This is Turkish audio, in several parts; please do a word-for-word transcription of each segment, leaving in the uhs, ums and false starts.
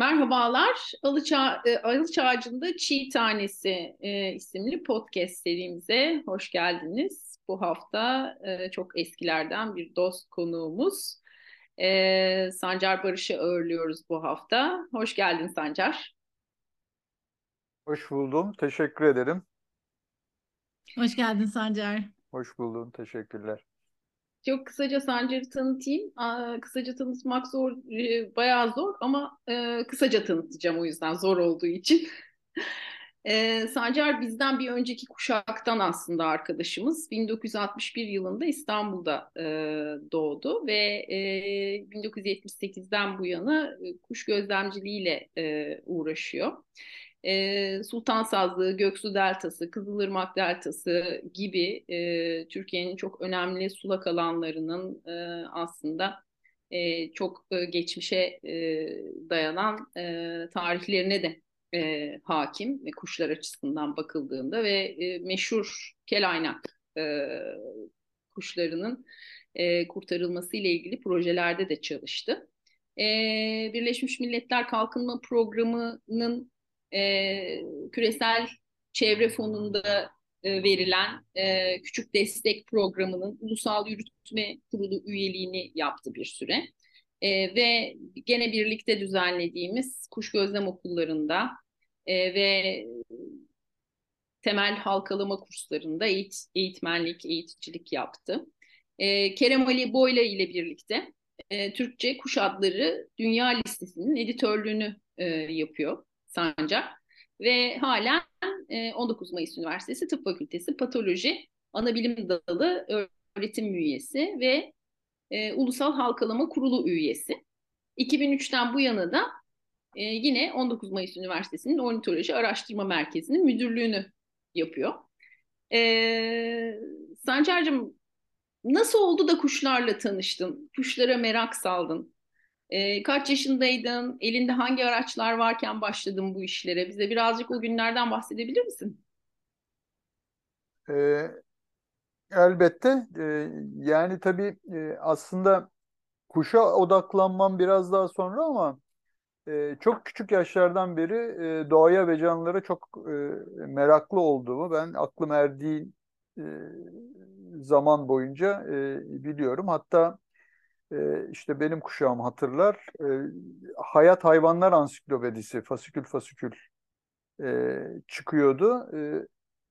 Merhabalar, Alıça, e, Alıç Ağacı'nda Çiğ Tanesi e, isimli podcast serimize hoş geldiniz. Bu hafta e, çok eskilerden bir dost konuğumuz. E, Sancar Barış'ı ağırlıyoruz bu hafta. Hoş geldin Sancar. Hoş buldum. Teşekkür ederim. Hoş geldin Sancar. Hoş buldum. Teşekkürler. Çok kısaca Sancar'ı tanıtayım. Aa, kısaca tanıtmak zor, e, bayağı zor ama e, kısaca tanıtacağım o yüzden zor olduğu için. E, Sancar bizden bir önceki kuşaktan aslında arkadaşımız. bin dokuz yüz altmış bir yılında İstanbul'da e, doğdu ve e, bin dokuz yüz yetmiş sekizden bu yana e, kuş gözlemciliğiyle e, uğraşıyor. E, Sultan Sazlığı, Göksu Deltası, Kızılırmak Deltası gibi e, Türkiye'nin çok önemli sulak alanlarının e, aslında e, çok e, geçmişe e, dayanan e, tarihlerine de e, hakim ve kuşlar açısından bakıldığında ve e, meşhur kelaynak e, kuşlarının e, kurtarılması ile ilgili projelerde de çalıştı. E, Birleşmiş Milletler Kalkınma Programı'nın e, küresel çevre fonunda e, verilen e, küçük destek programının ulusal yürütme kurulu üyeliğini yaptı bir süre. E, ve gene birlikte düzenlediğimiz kuş gözlem okullarında e, ve temel halkalama kurslarında eğit eğitmenlik, eğiticilik yaptı. E, Kerem Ali Boyla ile birlikte e, Türkçe Kuş Adları Dünya Listesi'nin editörlüğünü e, yapıyor Sancar. Ve halen e, on dokuz Mayıs Üniversitesi Tıp Fakültesi Patoloji Anabilim Dalı öğretim üyesi ve e, Ulusal Halkalama Kurulu üyesi. iki bin üçten bu yana da e, yine on dokuz Mayıs Üniversitesi'nin Ornitoloji Araştırma Merkezi'nin müdürlüğünü yapıyor. E, Sancar'cığım, nasıl oldu da kuşlarla tanıştın? Kuşlara merak saldın. E, kaç yaşındaydın? Elinde hangi araçlar varken başladın bu işlere? Bize birazcık o günlerden bahsedebilir misin? Ee, elbette. Ee, yani tabii e, aslında kuşa odaklanmam biraz daha sonra ama e, çok küçük yaşlardan beri e, doğaya ve canlılara çok e, meraklı olduğumu ben aklım erdiği e, zaman boyunca e, biliyorum. Hatta e, işte benim kuşağım hatırlar. E, Hayat Hayvanlar Ansiklopedisi, fasikül fasikül e, çıkıyordu. E,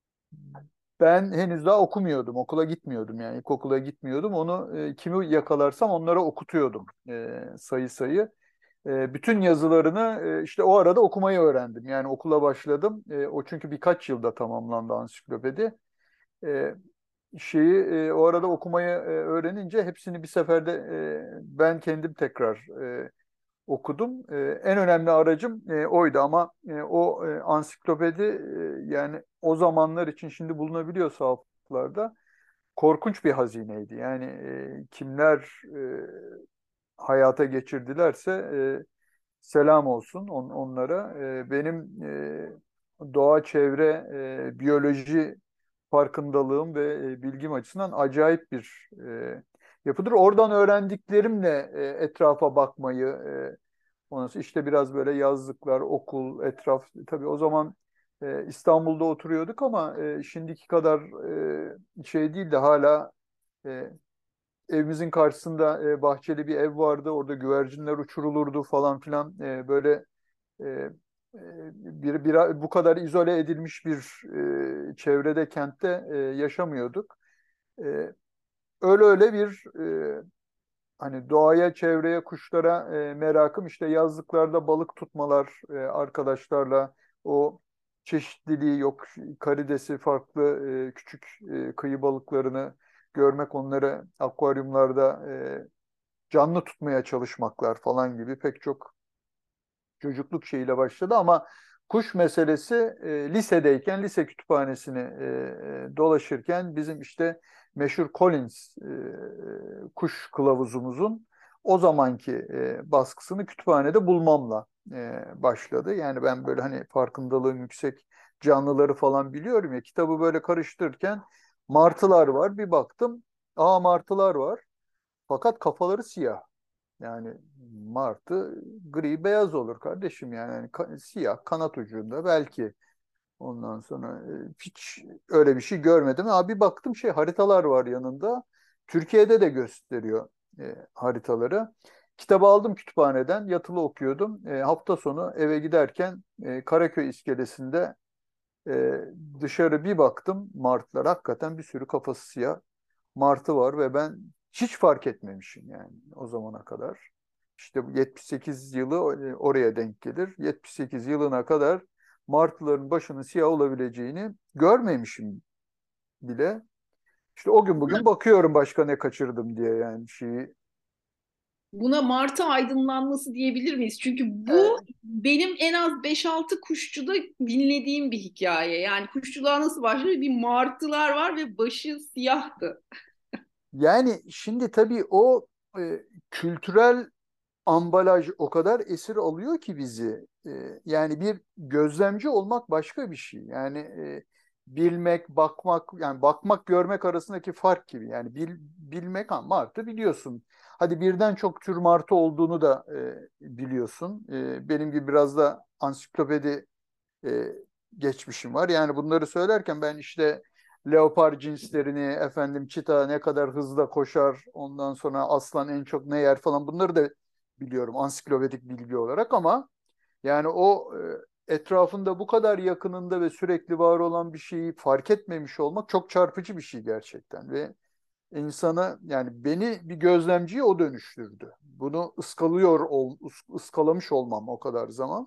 Ben henüz daha okumuyordum. Okula gitmiyordum yani. İlkokula gitmiyordum. Onu e, kimi yakalarsam onlara okutuyordum e, sayı sayı. E, bütün yazılarını e, işte o arada okumayı öğrendim. Yani okula başladım. E, o çünkü birkaç yılda tamamlandı ansiklopedi. E, Şeyi e, o arada okumayı e, öğrenince hepsini bir seferde e, ben kendim tekrar e, okudum. E, en önemli aracım e, oydu ama e, o e, ansiklopedi e, yani o zamanlar için şimdi bulunabiliyor sahaflarda korkunç bir hazineydi. Yani e, kimler e, hayata geçirdilerse e, selam olsun on, onlara. E, benim e, doğa, çevre, e, biyoloji farkındalığım ve e, bilgim açısından acayip bir e, yapıdır. Oradan öğrendiklerimle e, etrafa bakmayı, e, ondan sonra işte biraz böyle yazlıklar, okul, etraf. Tabii o zaman e, İstanbul'da oturuyorduk ama e, şimdiki kadar e, şey değil de hala e, evimizin karşısında e, bahçeli bir ev vardı. Orada güvercinler uçurulurdu falan filan. E, böyle e, e, bir, bir bu kadar izole edilmiş bir e, çevrede, kentte e, yaşamıyorduk. E, Öyle öyle bir e, hani doğaya, çevreye, kuşlara e, merakım işte yazlıklarda balık tutmalar e, arkadaşlarla o çeşitliliği yok karidesi farklı e, küçük e, kıyı balıklarını görmek onları akvaryumlarda e, canlı tutmaya çalışmaklar falan gibi pek çok çocukluk şeyiyle başladı ama kuş meselesi e, lisedeyken lise kütüphanesini e, e, dolaşırken bizim işte meşhur Collins e, kuş kılavuzumuzun o zamanki e, baskısını kütüphanede bulmamla e, başladı. Yani ben böyle hani farkındalığım yüksek canlıları falan biliyorum ya kitabı böyle karıştırırken martılar var bir baktım aa martılar var fakat kafaları siyah. Yani martı gri beyaz olur kardeşim yani, yani ka- siyah kanat ucunda belki. Ondan sonra e, hiç öyle bir şey görmedim. Abi baktım şey, haritalar var yanında. Türkiye'de de gösteriyor e, haritaları. Kitabı aldım kütüphaneden, yatılı okuyordum. E, hafta sonu eve giderken e, Karaköy iskelesinde e, dışarı bir baktım, martılar hakikaten bir sürü kafası siyah martı var ve ben hiç fark etmemişim yani o zamana kadar. İşte bu yetmiş sekiz yılı e, oraya denk gelir. yetmiş sekiz yılına kadar martıların başının siyah olabileceğini görmemişim bile. İşte o gün bugün bakıyorum başka ne kaçırdım diye yani şeyi. Buna martı aydınlanması diyebilir miyiz? Çünkü bu E, benim en az beş altı kuşçuda dinlediğim bir hikaye. Yani kuşçuluğa nasıl başlıyor? Bir martılar var ve başı siyahtı. Yani şimdi tabii o e, kültürel ambalaj o kadar esir alıyor ki bizi. Ee, yani bir gözlemci olmak başka bir şey. Yani e, bilmek, bakmak, yani bakmak, görmek arasındaki fark gibi. Yani bil, bilmek, ha, martı biliyorsun. Hadi birden çok tür martı olduğunu da e, biliyorsun. E, benim gibi biraz da ansiklopedi e, geçmişim var. Yani bunları söylerken ben işte leopar cinslerini, efendim çita ne kadar hızlı koşar, ondan sonra aslan en çok ne yer falan, bunları da biliyorum ansiklopedik bilgi olarak, ama yani o e, etrafında bu kadar yakınında ve sürekli var olan bir şeyi fark etmemiş olmak çok çarpıcı bir şey gerçekten ve insanı, yani beni bir gözlemciye o dönüştürdü. Bunu ıskalıyor ol, ıs- ıskalamış olmam o kadar zaman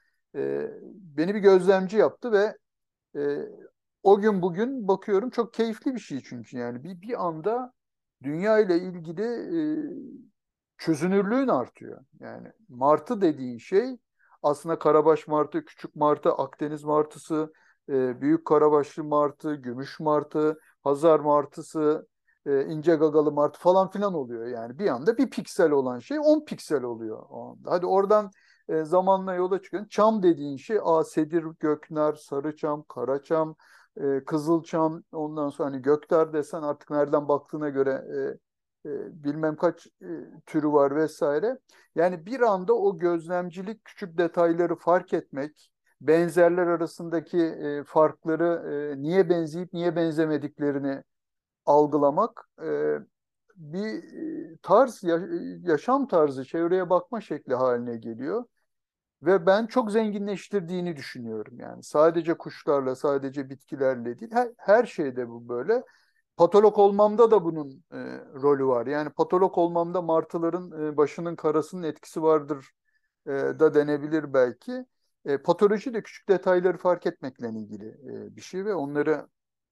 e, beni bir gözlemci yaptı ve e, o gün bugün bakıyorum çok keyifli bir şey, çünkü yani bir, bir anda dünya ile ilgili e, çözünürlüğün artıyor. Yani martı dediğin şey aslında karabaş martı, küçük martı, Akdeniz martısı, e, büyük karabaşlı martı, gümüş martı, Hazar martısı, e, ince gagalı martı falan filan oluyor. Yani bir anda bir piksel olan şey on piksel oluyor o anda. Hadi oradan e, zamanla yola çıkın. Çam dediğin şey, a, sedir, göknar, sarıçam, karaçam, e, kızılçam, ondan sonra hani göktar desen artık nereden baktığına göre e, e, bilmem kaç e, türü var vesaire. Yani bir anda o gözlemcilik, küçük detayları fark etmek, benzerler arasındaki e, farkları, e, niye benzeyip niye benzemediklerini algılamak e, bir e, tarz, ya- yaşam tarzı, çevreye bakma şekli haline geliyor. Ve ben çok zenginleştirdiğini düşünüyorum yani. Sadece kuşlarla, sadece bitkilerle değil, her, her şeyde bu böyle. Patolog olmamda da bunun e, rolü var. Yani patolog olmamda martıların e, başının karasının etkisi vardır e, da denebilir belki. E, patoloji de küçük detayları fark etmekle ilgili e, bir şey ve onları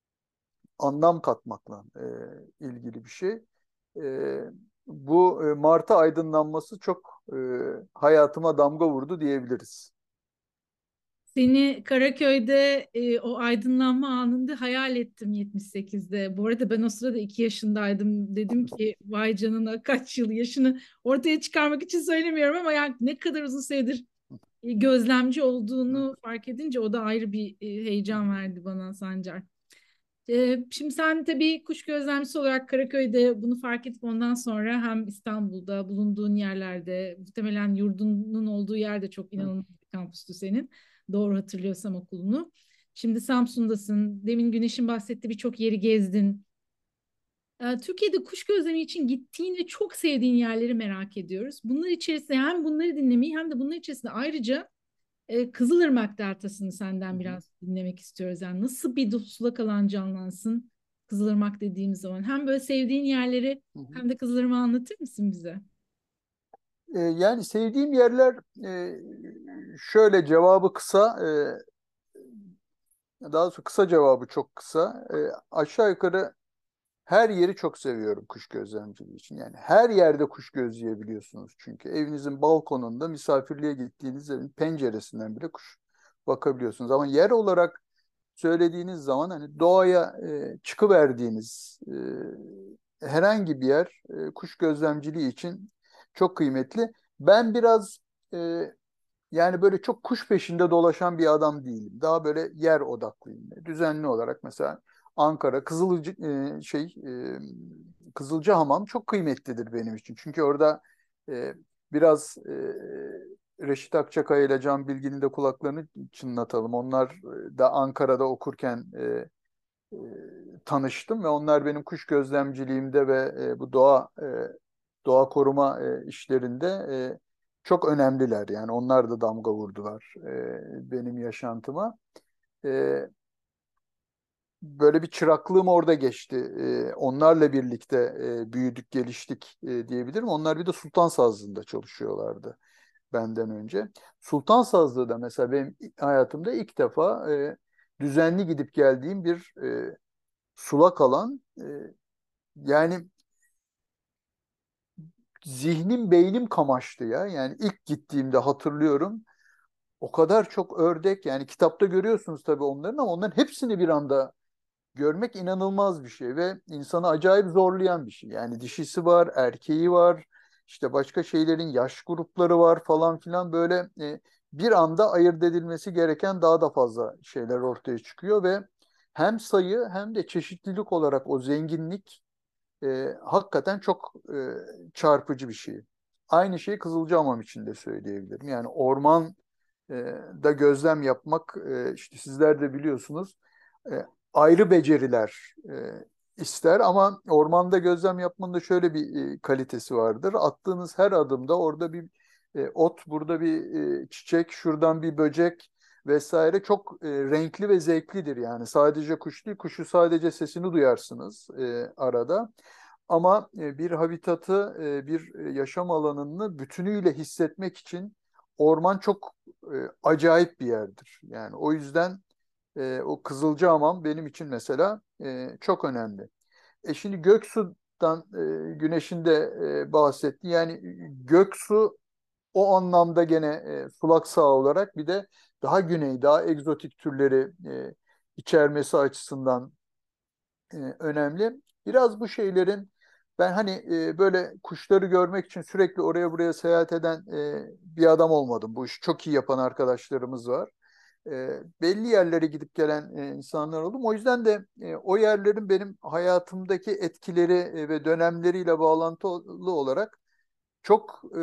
anlam katmakla e, ilgili bir şey. E, bu e, martı aydınlanması çok e, hayatıma damga vurdu diyebiliriz. Seni Karaköy'de e, o aydınlanma anında hayal ettim yetmiş sekizde. Bu arada ben o sırada iki yaşındaydım. Dedim ki vay canına, kaç yıl, yaşını ortaya çıkarmak için söylemiyorum ama yani ne kadar uzun süredir e, gözlemci olduğunu fark edince o da ayrı bir e, heyecan verdi bana, Sancar. E, şimdi sen tabii kuş gözlemcisi olarak Karaköy'de bunu fark edip ondan sonra hem İstanbul'da bulunduğun yerlerde, muhtemelen yurdunun olduğu yerde çok inanılmaz bir kampüstü senin. Doğru hatırlıyorsam okulunu. Şimdi Samsun'dasın. Demin Güneş'in bahsettiği birçok yeri gezdin. E, Türkiye'de kuş gözlemi için gittiğin ve çok sevdiğin yerleri merak ediyoruz. Bunlar içerisinde hem bunları dinlemeyi hem de bunlar içerisinde ayrıca e, Kızılırmak Deltası'nı Hı senden hı. biraz dinlemek istiyoruz. Yani nasıl bir sulak alan canlansın Kızılırmak dediğimiz zaman? Hem böyle sevdiğin yerleri Hı hı. hem de Kızılırmak'ı anlatır mısın bize? E, yani sevdiğim yerler, e, şöyle cevabı kısa, e, daha doğrusu kısa cevabı çok kısa. E, aşağı yukarı her yeri çok seviyorum kuş gözlemciliği için. Yani her yerde kuş gözleyebiliyorsunuz çünkü. Evinizin balkonunda misafirliğe gittiğiniz evin penceresinden bile kuş bakabiliyorsunuz. Ama yer olarak söylediğiniz zaman hani doğaya e, çıkıverdiğiniz e, herhangi bir yer e, kuş gözlemciliği için çok kıymetli. Ben biraz e, yani böyle çok kuş peşinde dolaşan bir adam değilim. Daha böyle yer odaklıyım. Düzenli olarak mesela Ankara Kızılcı e, şey e, Kızılcahamam çok kıymetlidir benim için. Çünkü orada E, biraz e, Reşit Akçakaya ile Can Bilgin'in de kulaklarını çınlatalım. Onlar da Ankara'da okurken e, e, tanıştım ve onlar benim kuş gözlemciliğimde ve e, bu doğa e, doğa koruma e, işlerinde e, çok önemliler. Yani onlar da damga vurdular e, benim yaşantıma. E, Böyle bir çıraklığım orada geçti. E, onlarla birlikte e, büyüdük, geliştik e, diyebilirim. Onlar bir de Sultan Sazlı'nda çalışıyorlardı benden önce. Sultan Sazlığı da mesela benim hayatımda ilk defa e, düzenli gidip geldiğim bir e, sulak alan. E, yani zihnim, beynim kamaştı ya. Yani ilk gittiğimde hatırlıyorum. O kadar çok ördek, yani kitapta görüyorsunuz tabii onların, ama onların hepsini bir anda görmek inanılmaz bir şey ve insanı acayip zorlayan bir şey. Yani dişisi var, erkeği var, işte başka şeylerin yaş grupları var falan filan, böyle e, bir anda ayırt edilmesi gereken daha da fazla şeyler ortaya çıkıyor ve hem sayı hem de çeşitlilik olarak o zenginlik e, hakikaten çok e, çarpıcı bir şey. Aynı şeyi Kızılcahamam için de söyleyebilirim. Yani orman e, da gözlem yapmak, e, işte sizler de biliyorsunuz, e, ayrı beceriler e, ister, ama ormanda gözlem yapmanın da şöyle bir e, kalitesi vardır. Attığınız her adımda orada bir e, ot, burada bir e, çiçek, şuradan bir böcek vesaire, çok e, renkli ve zevklidir. Yani sadece kuş değil, kuşu sadece sesini duyarsınız e, arada. Ama e, bir habitatı, e, bir e, yaşam alanını bütünüyle hissetmek için orman çok e, acayip bir yerdir. Yani o yüzden e, o Kızılcahamam benim için mesela e, çok önemli. E şimdi Göksu'dan, e, Güneş'in de e, bahsetti. Yani Göksu o anlamda gene e, sulak saha olarak bir de daha güney, daha egzotik türleri e, içermesi açısından e, önemli. Biraz bu şeylerin, ben hani e, böyle kuşları görmek için sürekli oraya buraya seyahat eden e, bir adam olmadım. Bu işi çok iyi yapan arkadaşlarımız var. E, belli yerlere gidip gelen e, insanlar oldum. O yüzden de e, o yerlerin benim hayatımdaki etkileri e, ve dönemleriyle bağlantılı olarak çok e,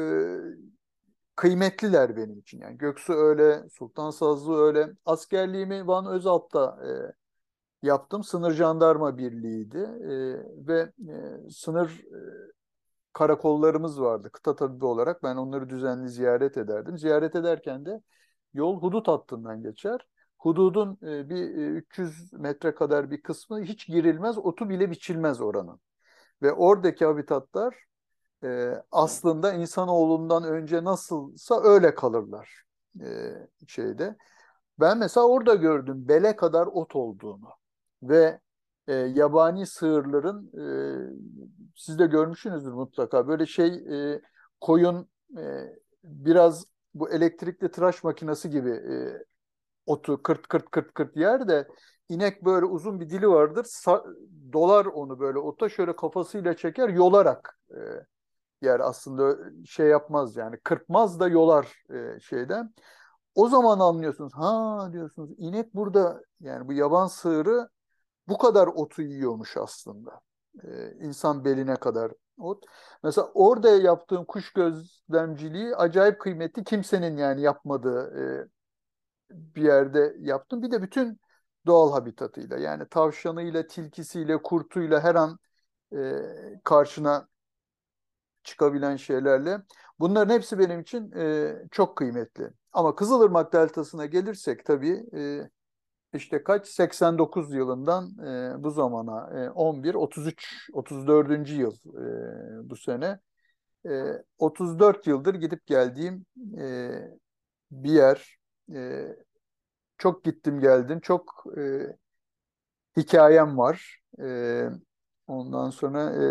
kıymetliler benim için. Yani Göksu öyle, Sultan Sazlı öyle. Askerliğimi Van Özalp'ta e, yaptım. Sınır Jandarma Birliği'ydi. E, ve e, sınır e, karakollarımız vardı kıta tabibi olarak. Ben onları düzenli ziyaret ederdim. Ziyaret ederken de yol hudut hattından geçer. Hududun e, bir e, üç yüz metre kadar bir kısmı hiç girilmez, otu bile biçilmez oranın. Ve oradaki habitatlar e, aslında insanoğlundan önce nasılsa öyle kalırlar e, şeyde. Ben mesela orada gördüm bele kadar ot olduğunu ve e, yabani sığırların, e, siz de görmüşsünüzdür mutlaka, böyle şey, e, koyun e, biraz bu elektrikli tıraş makinesi gibi e, otu kırt kırt kırt kırt yer de, inek böyle uzun bir dili vardır, sa- dolar onu böyle ota, şöyle kafasıyla çeker, yolarak e, yer, aslında şey yapmaz yani, kırpmaz da yolar e, şeyden. O zaman anlıyorsunuz. Ha diyorsunuz, inek burada, yani bu yaban sığırı bu kadar otu yiyormuş aslında. Ee, insan beline kadar ot. Mesela orada yaptığım kuş gözlemciliği acayip kıymetli. Kimsenin yani yapmadığı e, bir yerde yaptım. Bir de bütün doğal habitatıyla, yani tavşanıyla, tilkisiyle, kurtuyla, her an e, karşına çıkabilen şeylerle. Bunların hepsi benim için e, çok kıymetli. Ama Kızılırmak Deltası'na gelirsek tabii, e, işte kaç, seksen dokuz yılından e, bu zamana e, on bir, otuz üç, otuz dördüncü yıl e, bu sene. E, otuz dört yıldır gidip geldiğim e, bir yer. E, çok gittim geldim. Çok e, hikayem var. E, ondan sonra e,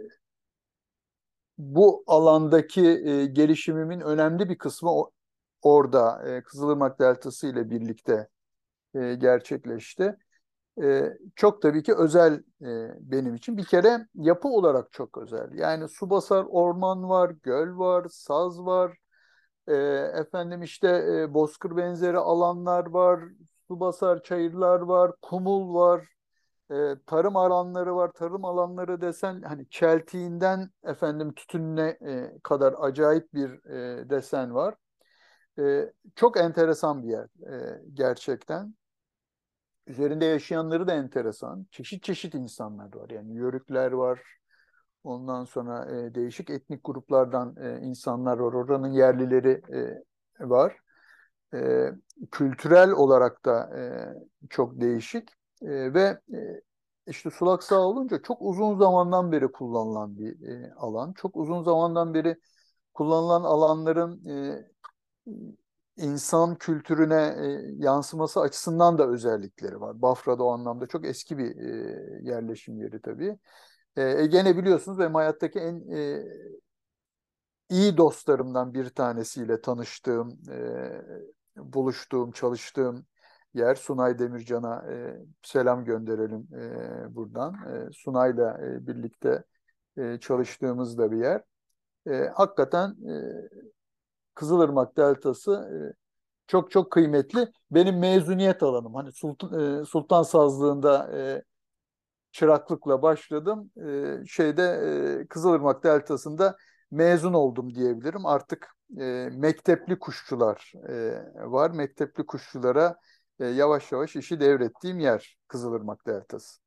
bu alandaki e, gelişimimin önemli bir kısmı o- orada e, Kızılırmak Deltası ile birlikte e, gerçekleşti. E, çok tabii ki özel e, benim için. Bir kere yapı olarak çok özel. Yani su basar orman var, göl var, saz var. E, efendim işte e, bozkır benzeri alanlar var, su basar çayırlar var, kumul var. E, tarım alanları var. Tarım alanları desen hani çeltiğinden efendim tütününe e, kadar acayip bir e, desen var. E, çok enteresan bir yer e, gerçekten. Üzerinde yaşayanları da enteresan. Çeşit çeşit insanlar var. Yani Yörükler var. Ondan sonra e, değişik etnik gruplardan e, insanlar var. Oranın yerlileri e, var. E, Kültürel olarak da e, çok değişik. E, ve e, işte sulak sağ olunca çok uzun zamandan beri kullanılan bir e, alan. Çok uzun zamandan beri kullanılan alanların e, insan kültürüne e, yansıması açısından da özellikleri var. Bafra'da o anlamda çok eski bir e, yerleşim yeri tabii. E, e, gene biliyorsunuz benim hayattaki en e, iyi dostlarımdan bir tanesiyle tanıştığım, e, buluştuğum, çalıştığım yer Sunay Demircan'a e, selam gönderelim e, buradan. E, Sunay'la e, birlikte e, çalıştığımız da bir yer. E, hakikaten e, Kızılırmak Deltası e, çok çok kıymetli. Benim mezuniyet alanım. Hani Sultan, e, Sultan Sazlığı'nda e, çıraklıkla başladım. E, şeyde e, Kızılırmak Deltası'nda mezun oldum diyebilirim. Artık e, mektepli kuşçular e, var. Mektepli kuşçulara e, yavaş yavaş işi devrettiğim yer Kızılırmak Deltası.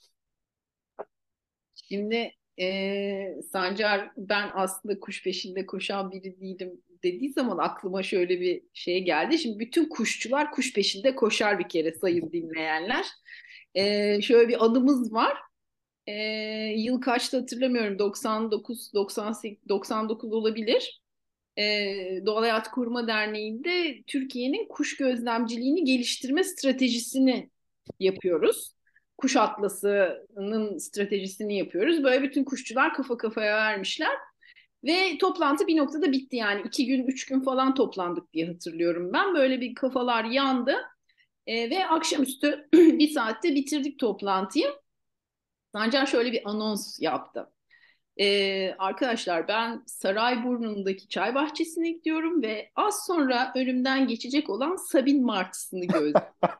Şimdi eee, Sancar ben aslında kuş peşinde koşan biri değilim dediği zaman aklıma şöyle bir şey geldi. Şimdi bütün kuşçular kuş peşinde koşar bir kere sayın dinleyenler. Eee, şöyle bir anımız var. Eee, yıl kaçtı hatırlamıyorum. doksan dokuz, doksan sekiz, doksan dokuz olabilir. Eee Doğal Hayat Koruma Derneği'nde Türkiye'nin kuş gözlemciliğini geliştirme stratejisini yapıyoruz. Kuş Atlası'nın stratejisini yapıyoruz. Böyle bütün kuşçular kafa kafaya vermişler. Ve toplantı bir noktada bitti yani. iki gün, üç gün falan toplandık diye hatırlıyorum ben. Böyle bir kafalar yandı. Eee, ve akşamüstü bir saatte bitirdik toplantıyı. Sancar şöyle bir anons yaptı. Ee, arkadaşlar ben Sarayburnu'ndaki çay bahçesine gidiyorum ve az sonra önümden geçecek olan Sabin martısını göz.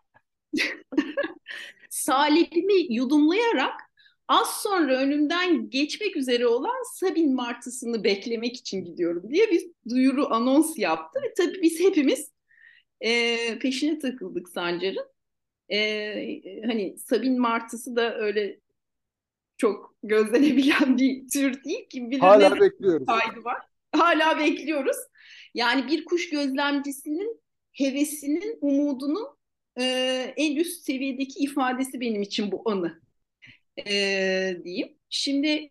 Salibimi yudumlayarak az sonra önümden geçmek üzere olan Sabin martısını beklemek için gidiyorum diye bir duyuru anons yaptı ve tabii biz hepimiz e, peşine takıldık Sancar'ın. E, hani Sabin martısı da öyle çok gözlenebilen bir tür değil. Kim bilir ne Hala bekliyoruz. kaydı var. Hala bekliyoruz. Yani bir kuş gözlemcisinin hevesinin, umudunun e, en üst seviyedeki ifadesi benim için bu anı e, diyeyim. Şimdi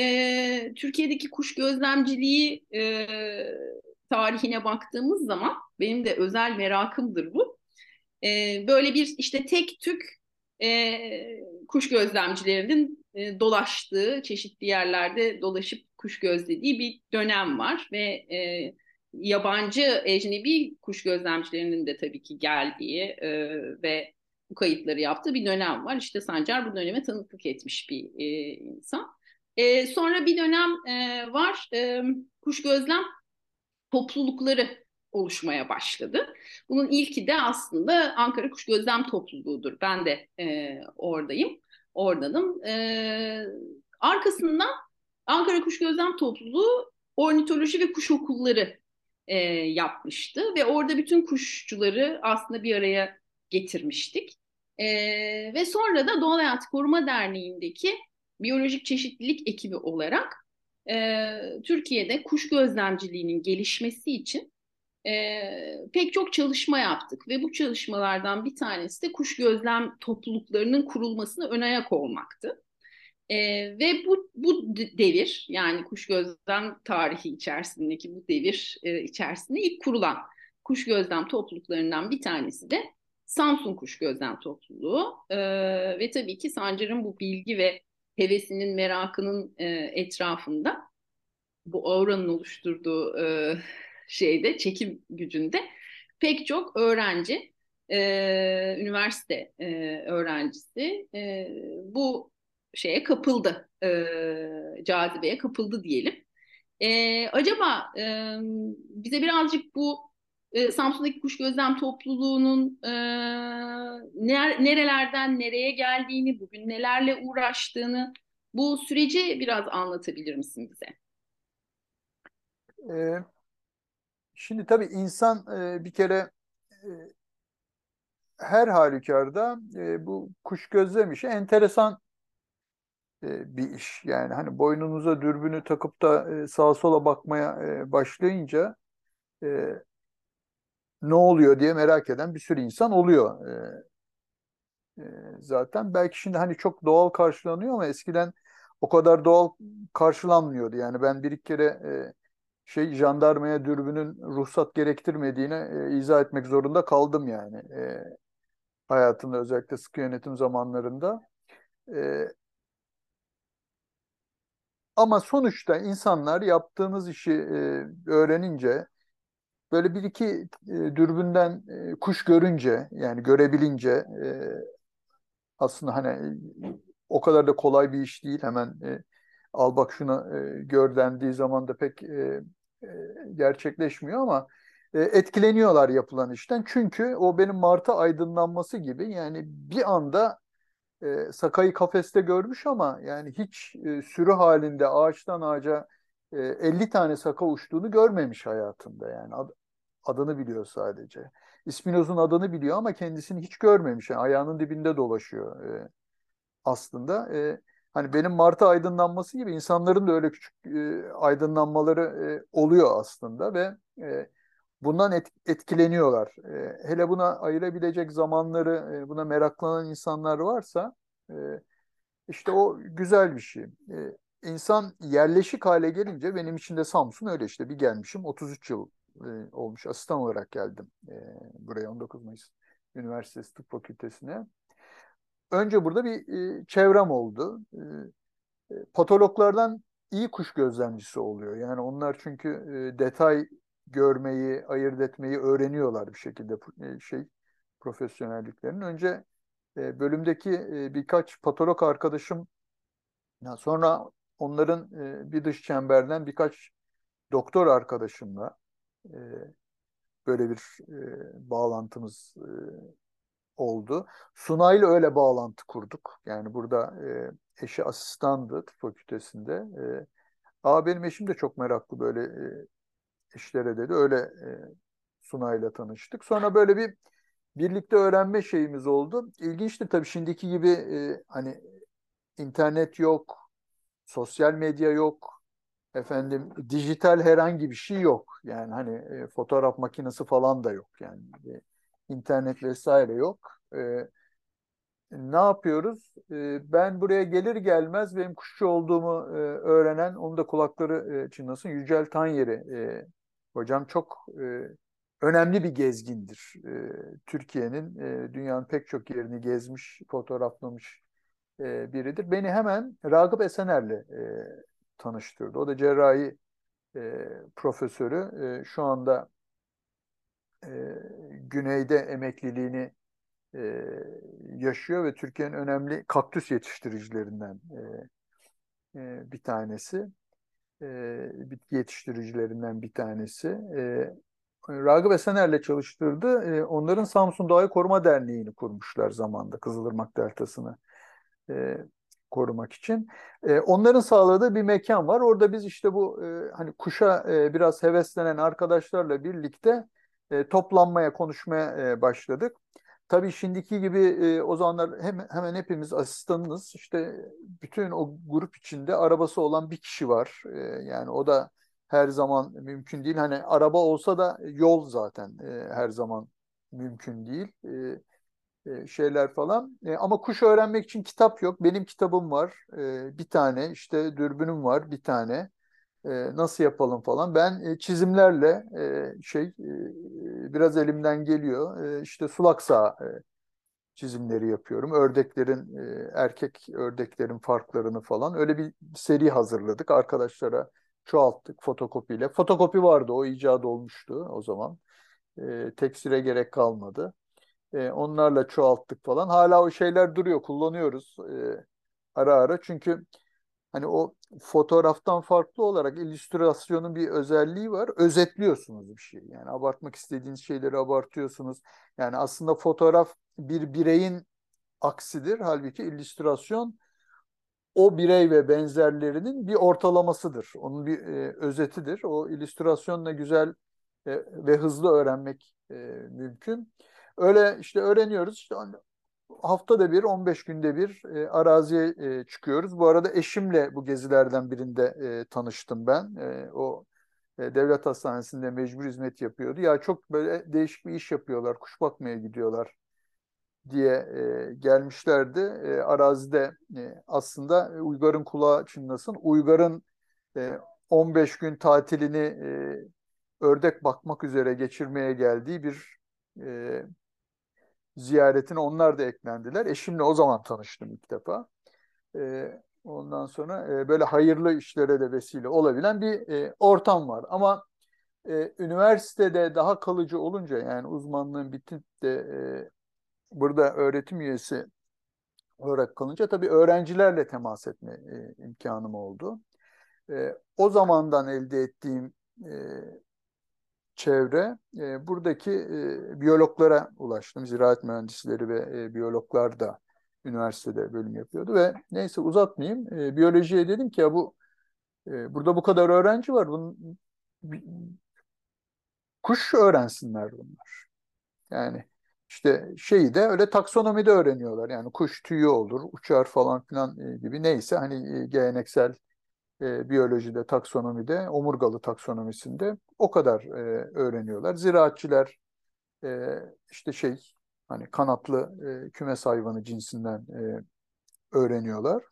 e, Türkiye'deki kuş gözlemciliği e, tarihine baktığımız zaman benim de özel merakımdır bu. E, böyle bir işte tek tük e, kuş gözlemcilerinin e, dolaştığı, çeşitli yerlerde dolaşıp kuş gözlediği bir dönem var ve e, yabancı, ecnebi kuş gözlemcilerinin de tabii ki geldiği e, ve bu kayıtları yaptığı bir dönem var. İşte Sancar bu döneme tanıklık etmiş bir e, insan. E, sonra bir dönem e, var, e, kuş gözlem toplulukları oluşmaya başladı. Bunun ilki de aslında Ankara Kuş Gözlem Topluluğu'dur. Ben de e, oradayım, oradanım. E, arkasından Ankara Kuş Gözlem Topluluğu ornitoloji ve kuş okulları e, yapmıştı ve orada bütün kuşçuları aslında bir araya getirmiştik. E, ve sonra da Doğal Hayat Koruma Derneği'ndeki biyolojik çeşitlilik ekibi olarak e, Türkiye'de kuş gözlemciliğinin gelişmesi için e, pek çok çalışma yaptık ve bu çalışmalardan bir tanesi de kuş gözlem topluluklarının kurulmasına ön ayak olmaktı. E, ve bu, bu devir yani kuş gözlem tarihi içerisindeki bu devir e, içerisinde ilk kurulan kuş gözlem topluluklarından bir tanesi de Samsun Kuş Gözlem Topluluğu e, ve tabii ki Sancar'ın bu bilgi ve hevesinin, merakının e, etrafında bu auranın oluşturduğu e, şeyde, çekim gücünde pek çok öğrenci, e, üniversite e, öğrencisi e, bu şeye kapıldı, e, cazibeye kapıldı diyelim. E, acaba e, bize birazcık bu e, Samsun'daki kuş gözlem topluluğunun e, ner- nerelerden nereye geldiğini, bugün nelerle uğraştığını, bu süreci biraz anlatabilir misin bize? E, Şimdi tabii insan e, bir kere e, her halükarda e, bu kuş gözlem işi enteresan e, bir iş. Yani hani boynunuza dürbünü takıp da e, sağa sola bakmaya e, başlayınca e, ne oluyor diye merak eden bir sürü insan oluyor. E, e, zaten belki şimdi hani çok doğal karşılanıyor ama eskiden o kadar doğal karşılanmıyordu. Yani ben bir iki kere e, şey jandarmaya dürbünün ruhsat gerektirmediğine e, izah etmek zorunda kaldım yani. E, hayatımda özellikle sıkı yönetim zamanlarında. E, Ama sonuçta insanlar yaptığımız işi e, öğrenince böyle bir iki e, dürbünden e, kuş görünce yani görebilince e, aslında hani e, o kadar da kolay bir iş değil. Hemen e, al bak şunu e, gör dendiği zaman da pek e, e, gerçekleşmiyor ama e, etkileniyorlar yapılan işten. Çünkü o benim Mart'a aydınlanması gibi yani bir anda e, Sakay'ı kafeste görmüş ama yani hiç e, sürü halinde ağaçtan ağaca e, elli tane saka uçtuğunu görmemiş hayatında yani Ad- adını biliyor sadece. İspinoz'un adını biliyor ama kendisini hiç görmemiş. Yani ayağının dibinde dolaşıyor e, aslında. E, hani benim Mart'a aydınlanması gibi insanların da öyle küçük e, aydınlanmaları e, oluyor aslında ve e, bundan et- etkileniyorlar. E, hele buna ayırabilecek zamanları, e, buna meraklanan insanlar varsa e, işte o güzel bir şey. E, insan yerleşik hale gelince benim için de Samsun öyle işte bir gelmişim otuz üç yıl e, olmuş asistan olarak geldim e, buraya on dokuz Mayıs Üniversitesi Tıp Fakültesine. Önce burada bir e, çevrem oldu. E, patologlardan iyi kuş gözlemcisi oluyor. Yani onlar çünkü e, detay görmeyi, ayırt etmeyi öğreniyorlar bir şekilde e, şey profesyonelliklerinin. Önce e, bölümdeki e, birkaç patolog arkadaşım, ya sonra onların e, bir dış çemberden birkaç doktor arkadaşımla e, böyle bir e, bağlantımız e, oldu. Sunay'la öyle bağlantı kurduk. Yani burada e, eşi asistandı tıp fakültesinde. E, Aa, benim eşim de çok meraklı böyle e, işlere dedi. Öyle e, Sunay'la tanıştık. Sonra böyle bir birlikte öğrenme şeyimiz oldu. İlginçti tabii şimdiki gibi e, hani internet yok, sosyal medya yok, efendim dijital herhangi bir şey yok. Yani hani e, fotoğraf makinesi falan da yok yani. E, internet vesaire yok. E, ne yapıyoruz? E, ben buraya gelir gelmez benim kuşçu olduğumu e, öğrenen, onu da kulakları e, çınlasın, Yücel Tanyeri e, hocam çok e, önemli bir gezgindir. E, Türkiye'nin, e, dünyanın pek çok yerini gezmiş, fotoğraflamış e, biridir. Beni hemen Ragıp Esener'le e, tanıştırdı. O da cerrahi e, profesörü. E, şu anda e, güneyde emekliliğini e, yaşıyor ve Türkiye'nin önemli kaktüs yetiştiricilerinden e, e, bir tanesi. E, bitki yetiştiricilerinden bir tanesi. E, Ragıp Esener'le çalıştırdı. E, onların Samsun Doğayı Koruma Derneği'ni kurmuşlar zamanda Kızılırmak Deltası'nı e, korumak için. E, onların sağladığı bir mekan var. Orada biz işte bu e, hani kuşa e, biraz heveslenen arkadaşlarla birlikte e, toplanmaya, konuşmaya e, başladık. Tabii şimdiki gibi e, o zamanlar hem, hemen hepimiz asistanınız. İşte bütün o grup içinde arabası olan bir kişi var. E, yani o da her zaman mümkün değil. Hani araba olsa da yol zaten e, her zaman mümkün değil. E, e, şeyler falan. E, ama kuş öğrenmek için kitap yok. Benim kitabım var. E, bir tane işte dürbünüm var bir tane. E, nasıl yapalım falan. Ben e, çizimlerle e, şey e, biraz elimden geliyor. E, işte sulak sağı e, çizimleri yapıyorum. Ördeklerin e, erkek ördeklerin farklarını falan. Öyle bir seri hazırladık. Arkadaşlara çoğalttık fotokopiyle. Fotokopi vardı. O icat olmuştu o zaman. E, tekstile gerek kalmadı. E, onlarla çoğalttık falan. Hala o şeyler duruyor, kullanıyoruz e, ara ara. Çünkü hani o fotoğraftan farklı olarak illüstrasyonun bir özelliği var. Özetliyorsunuz bir şey. Yani abartmak istediğiniz şeyleri abartıyorsunuz. Yani aslında fotoğraf bir bireyin aksidir. Halbuki illüstrasyon o birey ve benzerlerinin bir ortalamasıdır. Onun bir e, özetidir. O illüstrasyonla güzel e, ve hızlı öğrenmek e, mümkün. Öyle işte öğreniyoruz. İşte haftada bir, on beş günde bir e, araziye e, çıkıyoruz. Bu arada eşimle bu gezilerden birinde e, tanıştım ben. E, o e, devlet hastanesinde mecbur hizmet yapıyordu. Ya çok böyle değişik bir iş yapıyorlar. Kuş bakmaya gidiyorlar diye e, gelmişlerdi. E, arazide e, aslında Uygar'ın kulağı çınlasın. Uygar'ın e, on beş gün tatilini e, ördek bakmak üzere geçirmeye geldiği bir e, ziyaretine onlar da eklendiler. Eşimle o zaman tanıştım ilk defa. E, ondan sonra e, böyle hayırlı işlere de vesile olabilen bir e, ortam var. Ama e, üniversitede daha kalıcı olunca yani uzmanlığın bitip de e, burada öğretim üyesi olarak kalınca tabii öğrencilerle temas etme e, imkanım oldu. E, o zamandan elde ettiğim e, çevre e, buradaki e, biyologlara ulaştım. Ziraat mühendisleri ve e, biyologlar da üniversitede bölüm yapıyordu ve neyse uzatmayayım. E, biyolojiye dedim ki ya bu e, burada bu kadar öğrenci var. Bunun, bir- kuş öğrensinler bunlar. Yani işte şeyi de öyle taksonomide öğreniyorlar. Yani kuş tüyü olur, uçar falan filan e, gibi neyse hani e, geleneksel e, biyolojide, taksonomide, omurgalı taksonomisinde o kadar e, öğreniyorlar. Ziraatçiler e, işte şey hani kanatlı e, kümes hayvanı cinsinden e, öğreniyorlar.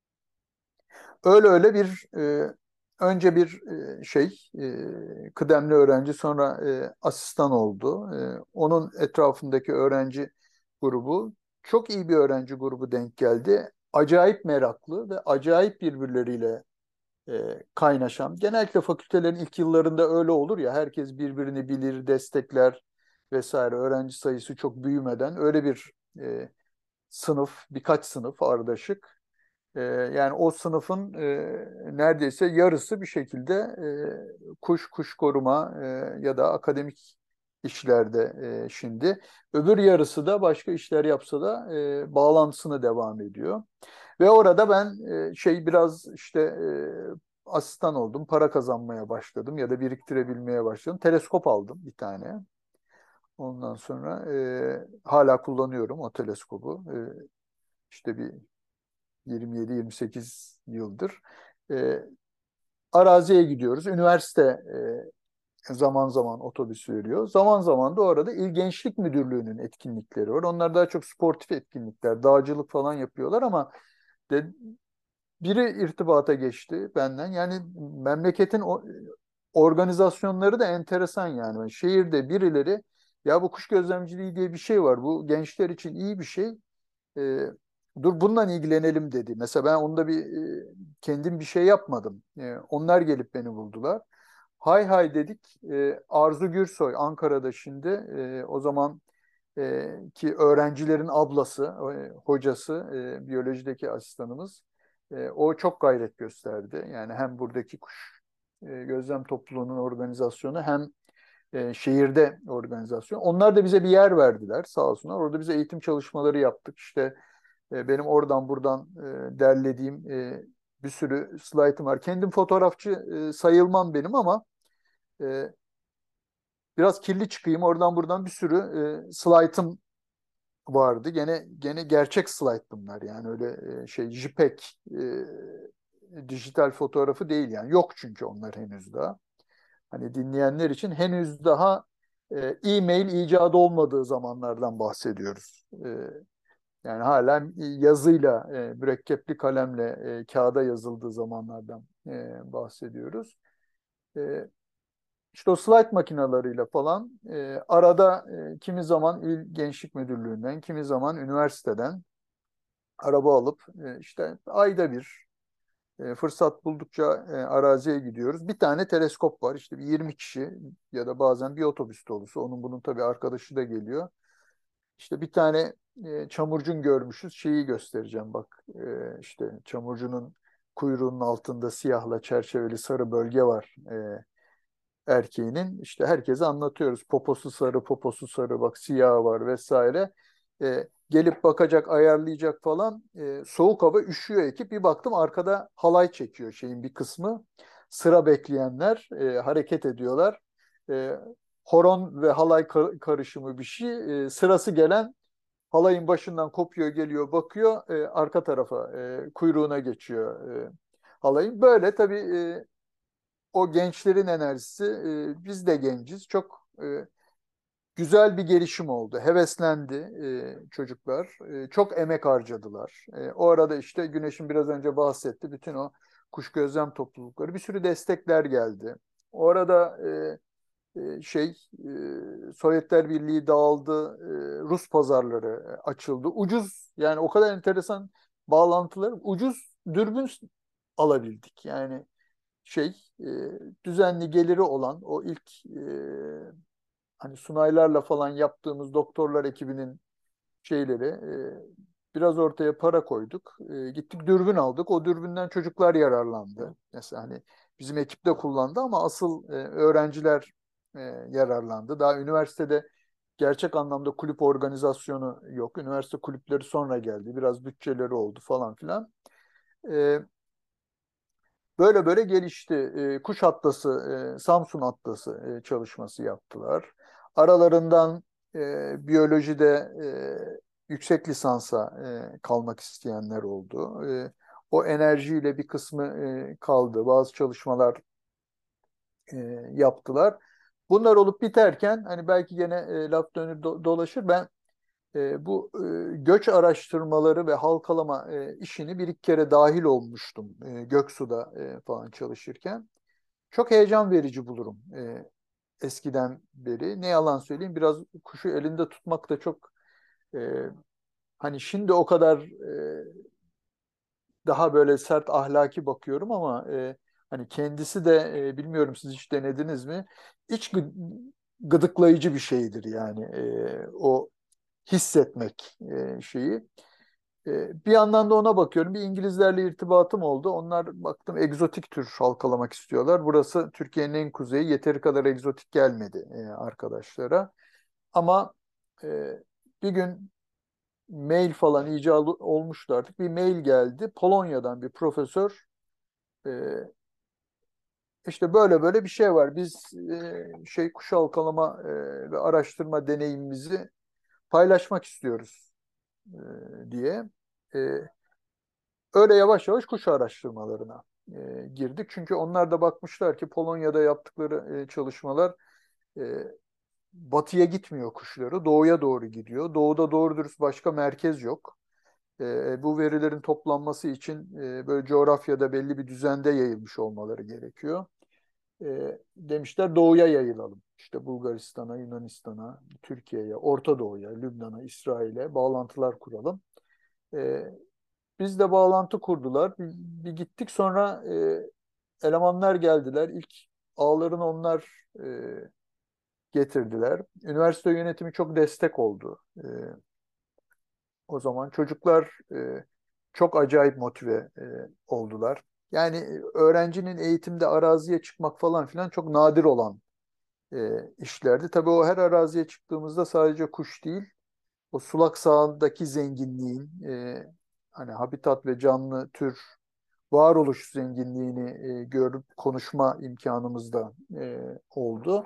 Öyle öyle bir e, önce bir e, şey e, kıdemli öğrenci sonra e, asistan oldu. E, onun etrafındaki öğrenci grubu çok iyi bir öğrenci grubu denk geldi. Acayip meraklı ve acayip birbirleriyle e, kaynaşan. Genellikle fakültelerin ilk yıllarında öyle olur ya herkes birbirini bilir, destekler vesaire. Öğrenci sayısı çok büyümeden öyle bir e, sınıf, birkaç sınıf ardışık. E, yani o sınıfın e, neredeyse yarısı bir şekilde e, kuş, kuş koruma e, ya da akademik işlerde e, şimdi. Öbür yarısı da başka işler yapsa da e, bağlantısına devam ediyor. Ve orada ben e, şey biraz işte e, asistan oldum, para kazanmaya başladım ya da biriktirebilmeye başladım. Teleskop aldım bir tane. Ondan sonra e, hala kullanıyorum o teleskobu. E, işte bir yirmi yedi yirmi sekiz yıldır. E, araziye gidiyoruz. Üniversite e, zaman zaman otobüs veriyor. Zaman zaman da orada İl Gençlik Müdürlüğü'nün etkinlikleri var. Onlar daha çok sportif etkinlikler, dağcılık falan yapıyorlar ama de, biri irtibata geçti benden. Yani memleketin o, organizasyonları da enteresan yani. Şehirde birileri ya bu kuş gözlemciliği diye bir şey var. Bu gençler için iyi bir şey. Ee, dur bununla ilgilenelim dedi. Mesela ben onda bir e, kendim bir şey yapmadım. Ee, onlar gelip beni buldular. Hay hay dedik. Ee, Arzu Gürsoy Ankara'da şimdi e, o zaman e, ki öğrencilerin ablası, e, hocası, e, biyolojideki asistanımız. E, o çok gayret gösterdi. Yani hem buradaki kuş e, gözlem topluluğunun organizasyonu hem e, şehirde organizasyon. Onlar da bize bir yer verdiler sağ olsunlar. Orada bize eğitim çalışmaları yaptık. İşte e, benim oradan buradan e, derlediğim e, bir sürü slaytım var. Kendim fotoğrafçı e, sayılmam benim ama e, biraz kirli çıkayım. Oradan buradan bir sürü e, slaytım vardı. Gene gene gerçek slide bunlar yani öyle e, şey JPEG e, dijital fotoğrafı değil yani. Yok çünkü onlar henüz daha. Hani dinleyenler için henüz daha e, e-mail icadı olmadığı zamanlardan bahsediyoruz. E, yani hala yazıyla, e, mürekkepli kalemle e, kağıda yazıldığı zamanlardan e, bahsediyoruz. E, işte o slide makinalarıyla falan e, arada e, kimi zaman İl Gençlik Müdürlüğü'nden, kimi zaman üniversiteden araba alıp e, işte ayda bir e, fırsat buldukça e, araziye gidiyoruz. Bir tane teleskop var. İşte bir yirmi kişi ya da bazen bir otobüs dolusu. Onun bunun tabii arkadaşı da geliyor. İşte bir tane e, çamurcun görmüşüz. Şeyi göstereceğim bak. E, işte çamurcunun kuyruğunun altında siyahla çerçeveli sarı bölge var e, erkeğinin. İşte herkese anlatıyoruz. Poposu sarı, poposu sarı, bak siyah var vesaire. E, gelip bakacak, ayarlayacak falan. E, soğuk hava, üşüyor ekip. Bir baktım arkada halay çekiyor şeyin bir kısmı. Sıra bekleyenler e, hareket ediyorlar. E, horon ve halay karışımı bir şey. E, sırası gelen halayın başından kopuyor, geliyor, bakıyor, e, arka tarafa, e, kuyruğuna geçiyor e, halayın. Böyle tabii e, o gençlerin enerjisi, e, biz de genciz. Çok e, güzel bir gelişim oldu. Heveslendi e, çocuklar. E, çok emek harcadılar. E, o arada işte Güneş'in biraz önce bahsetti. Bütün o kuş gözlem toplulukları, bir sürü destekler geldi. O arada e, e, şey e, Sovyetler Birliği dağıldı, e, Rus pazarları açıldı. Ucuz, yani o kadar enteresan bağlantılar, ucuz dürbün alabildik. Yani şey e, düzenli geliri olan o ilk e, hani Sunaylarla falan yaptığımız doktorlar ekibinin şeyleri e, biraz ortaya para koyduk. E, gittik dürbün aldık. O dürbünden çocuklar yararlandı. Mesela hani bizim ekipte kullandı ama asıl e, öğrenciler e, yararlandı. Daha üniversitede gerçek anlamda kulüp organizasyonu yok. Üniversite kulüpleri sonra geldi. Biraz bütçeleri oldu falan filan. E, Böyle böyle gelişti. E, Kuş Atlası, e, Samsun Atlası e, çalışması yaptılar. Aralarından e, biyolojide e, yüksek lisansa e, kalmak isteyenler oldu. E, o enerjiyle bir kısmı e, kaldı. Bazı çalışmalar e, yaptılar. Bunlar olup biterken hani belki gene e, laf dönür do- dolaşır. Ben e, bu e, göç araştırmaları ve halkalama e, işini bir iki kere dahil olmuştum e, Göksu'da e, falan çalışırken. Çok heyecan verici bulurum e, eskiden beri. Ne yalan söyleyeyim, biraz kuşu elinde tutmak da çok e, hani şimdi o kadar e, daha böyle sert ahlaki bakıyorum ama e, hani kendisi de e, bilmiyorum, siz hiç denediniz mi? İç gı- gıdıklayıcı bir şeydir yani e, o hissetmek e, şeyi. E, bir yandan da ona bakıyorum. Bir İngilizlerle irtibatım oldu. Onlar baktım egzotik tür halkalamak istiyorlar. Burası Türkiye'nin en kuzeyi. Yeteri kadar egzotik gelmedi e, arkadaşlara. Ama e, bir gün mail falan iyice al- olmuştu artık. Bir mail geldi. Polonya'dan bir profesör. E, işte böyle böyle bir şey var. Biz e, şey kuş halkalama e, ve araştırma deneyimimizi paylaşmak istiyoruz e, diye. E, Öyle yavaş yavaş kuş araştırmalarına e, girdik. Çünkü onlar da bakmışlar ki Polonya'da yaptıkları e, çalışmalar e, batıya gitmiyor kuşları, doğuya doğru gidiyor. Doğuda doğru dürüst başka merkez yok. E, bu verilerin toplanması için e, böyle coğrafyada belli bir düzende yayılmış olmaları gerekiyor. E, demişler doğuya yayılalım. İşte Bulgaristan'a, Yunanistan'a, Türkiye'ye, Orta Doğu'ya, Lübnan'a, İsrail'e bağlantılar kuralım. E, Biz de bağlantı kurdular. Bir, bir gittik, sonra e, elemanlar geldiler. İlk ağlarını onlar e, getirdiler. Üniversite yönetimi çok destek oldu. E, o zaman çocuklar e, çok acayip motive e, oldular. Yani öğrencinin eğitimde araziye çıkmak falan filan çok nadir olan e, işlerdi. Tabii o her araziye çıktığımızda sadece kuş değil, o sulak sahandaki zenginliğin, e, hani habitat ve canlı tür varoluş zenginliğini e, görüp konuşma imkanımız da e, oldu.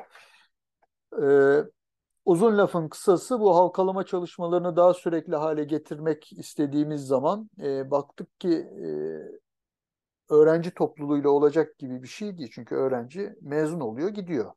E, Uzun lafın kısası, bu halkalama çalışmalarını daha sürekli hale getirmek istediğimiz zaman e, baktık ki e, öğrenci topluluğuyla olacak gibi bir şey değil. Çünkü öğrenci mezun oluyor, gidiyor.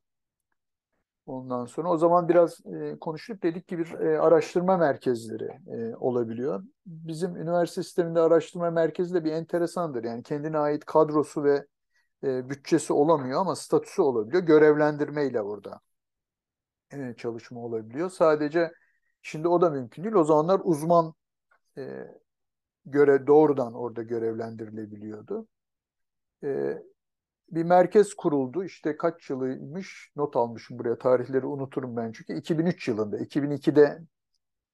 Ondan sonra o zaman biraz e, konuştuk, dedik ki bir e, araştırma merkezleri e, olabiliyor. Bizim üniversite sisteminde araştırma merkezi de bir enteresandır. Yani kendine ait kadrosu ve e, bütçesi olamıyor ama statüsü olabiliyor. Görevlendirmeyle orada e, çalışma olabiliyor. Sadece şimdi o da mümkün değil. O zamanlar uzman e, göre doğrudan orada görevlendirilebiliyordu. E, Bir merkez kuruldu. İşte kaç yılıymış, not almışım buraya, tarihleri unuturum ben çünkü. iki bin üç yılında, iki bin ikide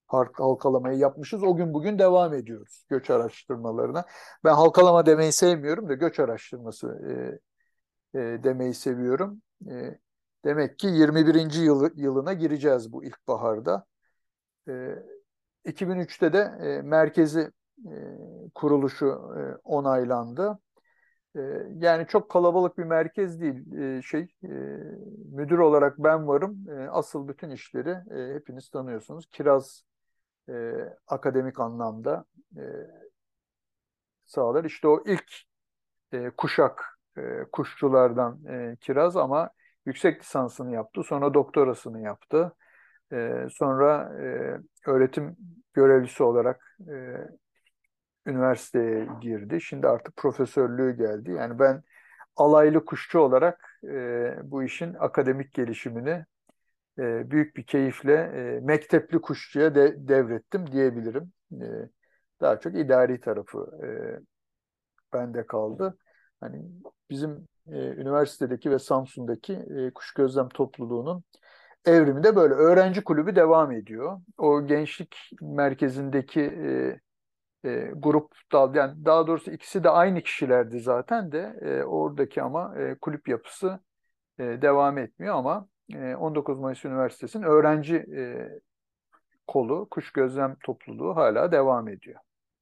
halkalamayı yapmışız. O gün bugün devam ediyoruz göç araştırmalarına. Ben halkalama demeyi sevmiyorum da göç araştırması e, e, demeyi seviyorum. E, demek ki yirmi birinci Yılı, yılına gireceğiz bu ilkbaharda. E, iki bin üçte de e, merkezi e, kuruluşu e, onaylandı. E, yani çok kalabalık bir merkez değil. E, şey e, müdür olarak ben varım. E, asıl bütün işleri e, hepiniz tanıyorsunuz. Kiraz e, akademik anlamda e, sağlar. İşte o ilk e, kuşak e, kuşçulardan e, Kiraz ama yüksek lisansını yaptı. Sonra doktorasını yaptı. E, sonra e, öğretim görevlisi olarak e, üniversiteye girdi. Şimdi artık profesörlüğü geldi. Yani ben alaylı kuşçu olarak e, bu işin akademik gelişimini e, büyük bir keyifle e, mektepli kuşçuya de, devrettim diyebilirim. E, daha çok idari tarafı e, bende kaldı. Hani bizim e, üniversitedeki ve Samsun'daki e, kuş gözlem topluluğunun evrimi de böyle. Öğrenci kulübü devam ediyor. O gençlik merkezindeki e, e, grup dal, yani daha doğrusu ikisi de aynı kişilerdi zaten de e, oradaki ama e, kulüp yapısı e, devam etmiyor ama e, on dokuz Mayıs Üniversitesi'nin öğrenci e, kolu, kuş gözlem topluluğu hala devam ediyor.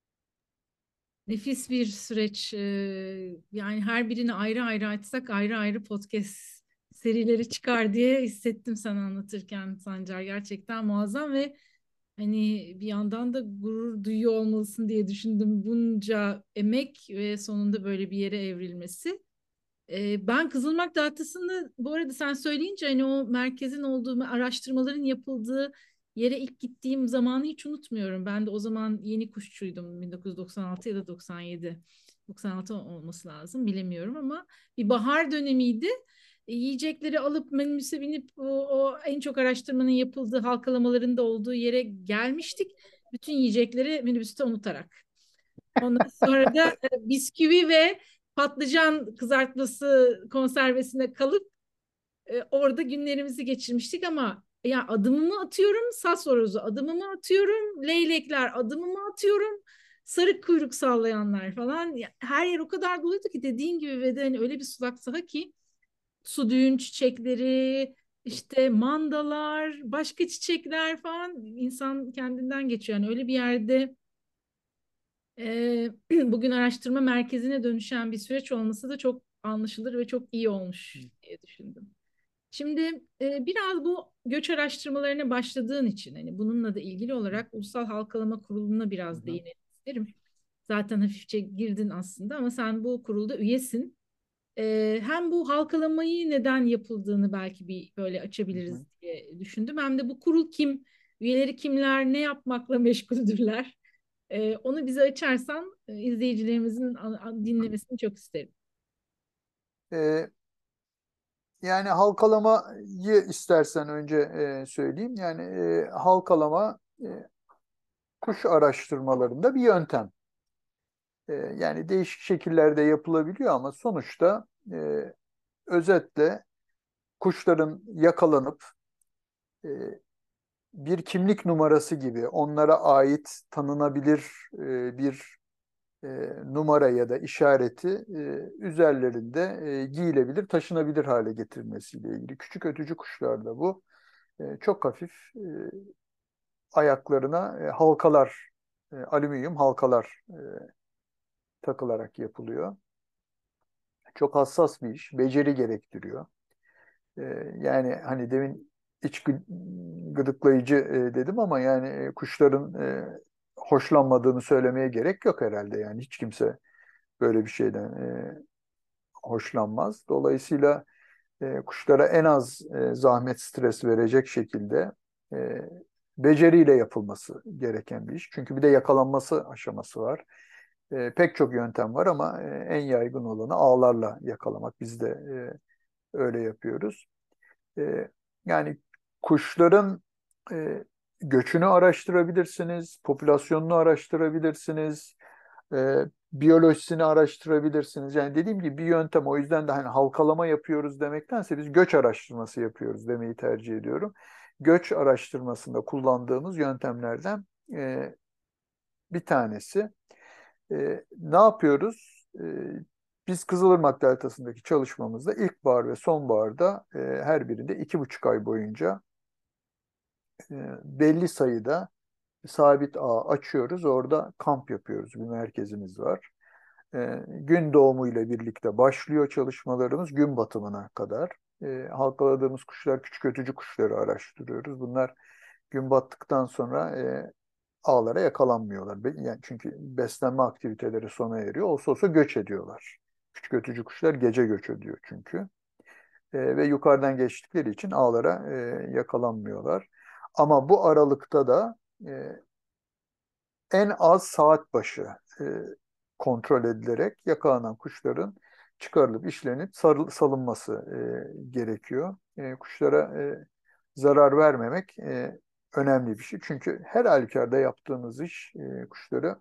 Nefis bir süreç. Ee, yani her birini ayrı ayrı açsak ayrı ayrı podcast serileri çıkar diye hissettim sen anlatırken Sancar. Gerçekten muazzam ve hani bir yandan da gurur duyuyor olmalısın diye düşündüm. Bunca emek ve sonunda böyle bir yere evrilmesi. Ee, ben Kızılmak Dağıtısı'nda bu arada sen söyleyince hani o merkezin olduğu araştırmaların yapıldığı yere ilk gittiğim zamanı hiç unutmuyorum. Ben de o zaman yeni kuşçuydum bin dokuz yüz doksan altı ya da doksan yedi. doksan altı olması lazım bilemiyorum ama bir bahar dönemiydi. E, yiyecekleri alıp minibüse binip o, o en çok araştırmanın yapıldığı halkalamaların da olduğu yere gelmiştik. Bütün yiyecekleri minibüste unutarak. Ondan sonra da e, bisküvi ve patlıcan kızartması konservesine kalıp e, orada günlerimizi geçirmiştik ama ya adımımı atıyorum saz horozu, adımımı atıyorum leylekler, adımımı atıyorum sarı kuyruk sallayanlar falan. Ya, her yer o kadar doluydu ki dediğin gibi ve de hani öyle bir sulak saha ki su düğün çiçekleri, işte mandalar, başka çiçekler falan insan kendinden geçiyor. Yani öyle bir yerde e, bugün araştırma merkezine dönüşen bir süreç olması da çok anlaşılır ve çok iyi olmuş diye düşündüm. Şimdi e, biraz bu göç araştırmalarına başladığın için hani bununla da ilgili olarak Ulusal Halkalama Kurulu'na Hı biraz hı. değinelim isterim. Zaten hafifçe girdin aslında ama sen bu kurulda üyesin. E, hem bu halkalamayı neden yapıldığını belki bir böyle Hı hı. açabiliriz diye düşündüm. Hem de bu kurul kim, üyeleri kimler, ne yapmakla meşguldürler? Ee, onu bize açarsan e, izleyicilerimizin a- a- dinlemesini çok isterim. E, yani halkalamayı istersen önce e, söyleyeyim. Yani e, halkalama e, kuş araştırmalarında bir yöntem. E, yani değişik şekillerde yapılabiliyor ama sonuçta e, özetle kuşların yakalanıp e, bir kimlik numarası gibi onlara ait tanınabilir e, bir e, numara ya da işareti e, üzerlerinde e, giyilebilir, taşınabilir hale getirilmesiyle ilgili. Küçük ötücü kuşlarda bu e, çok hafif e, ayaklarına e, halkalar, e, alüminyum halkalar e, takılarak yapılıyor. Çok hassas bir iş, beceri gerektiriyor. E, yani hani demin iç gı- gıdıklayıcı e, dedim ama yani e, kuşların e, hoşlanmadığını söylemeye gerek yok herhalde. Yani hiç kimse böyle bir şeyden e, hoşlanmaz. Dolayısıyla e, kuşlara en az e, zahmet, stres verecek şekilde e, beceriyle yapılması gereken bir iş. Çünkü bir de yakalanması aşaması var. E, pek çok yöntem var ama e, en yaygın olanı ağlarla yakalamak. Biz de e, öyle yapıyoruz. E, yani kuşların e, göçünü araştırabilirsiniz, popülasyonunu araştırabilirsiniz, e, biyolojisini araştırabilirsiniz. Yani dediğim gibi bir yöntem. O yüzden de hani halkalama yapıyoruz demektense biz göç araştırması yapıyoruz demeyi tercih ediyorum. göç araştırmasında kullandığımız yöntemlerden e, bir tanesi. E, ne yapıyoruz? E, biz Kızılırmak Deltası'ndaki çalışmamızda ilkbahar ve sonbaharda e, her birinde iki buçuk ay boyunca e, belli sayıda sabit ağ açıyoruz. Orada kamp yapıyoruz. Bir merkezimiz var. E, gün doğumuyla birlikte başlıyor çalışmalarımız gün batımına kadar. E, halkaladığımız kuşlar, küçük ötücü kuşları araştırıyoruz. Bunlar gün battıktan sonra e, ağlara yakalanmıyorlar. Be- Yani çünkü beslenme aktiviteleri sona eriyor. Olsa olsa göç ediyorlar. Küçük ötücü kuşlar gece göç ediyor çünkü. E, ve yukarıdan geçtikleri için ağlara e, yakalanmıyorlar. Ama bu aralıkta da e, en az saat başı e, kontrol edilerek yakalanan kuşların çıkarılıp işlenip sarıl- salınması e, gerekiyor. E, kuşlara e, zarar vermemek e, önemli bir şey. Çünkü her halükarda yaptığımız iş e, kuşları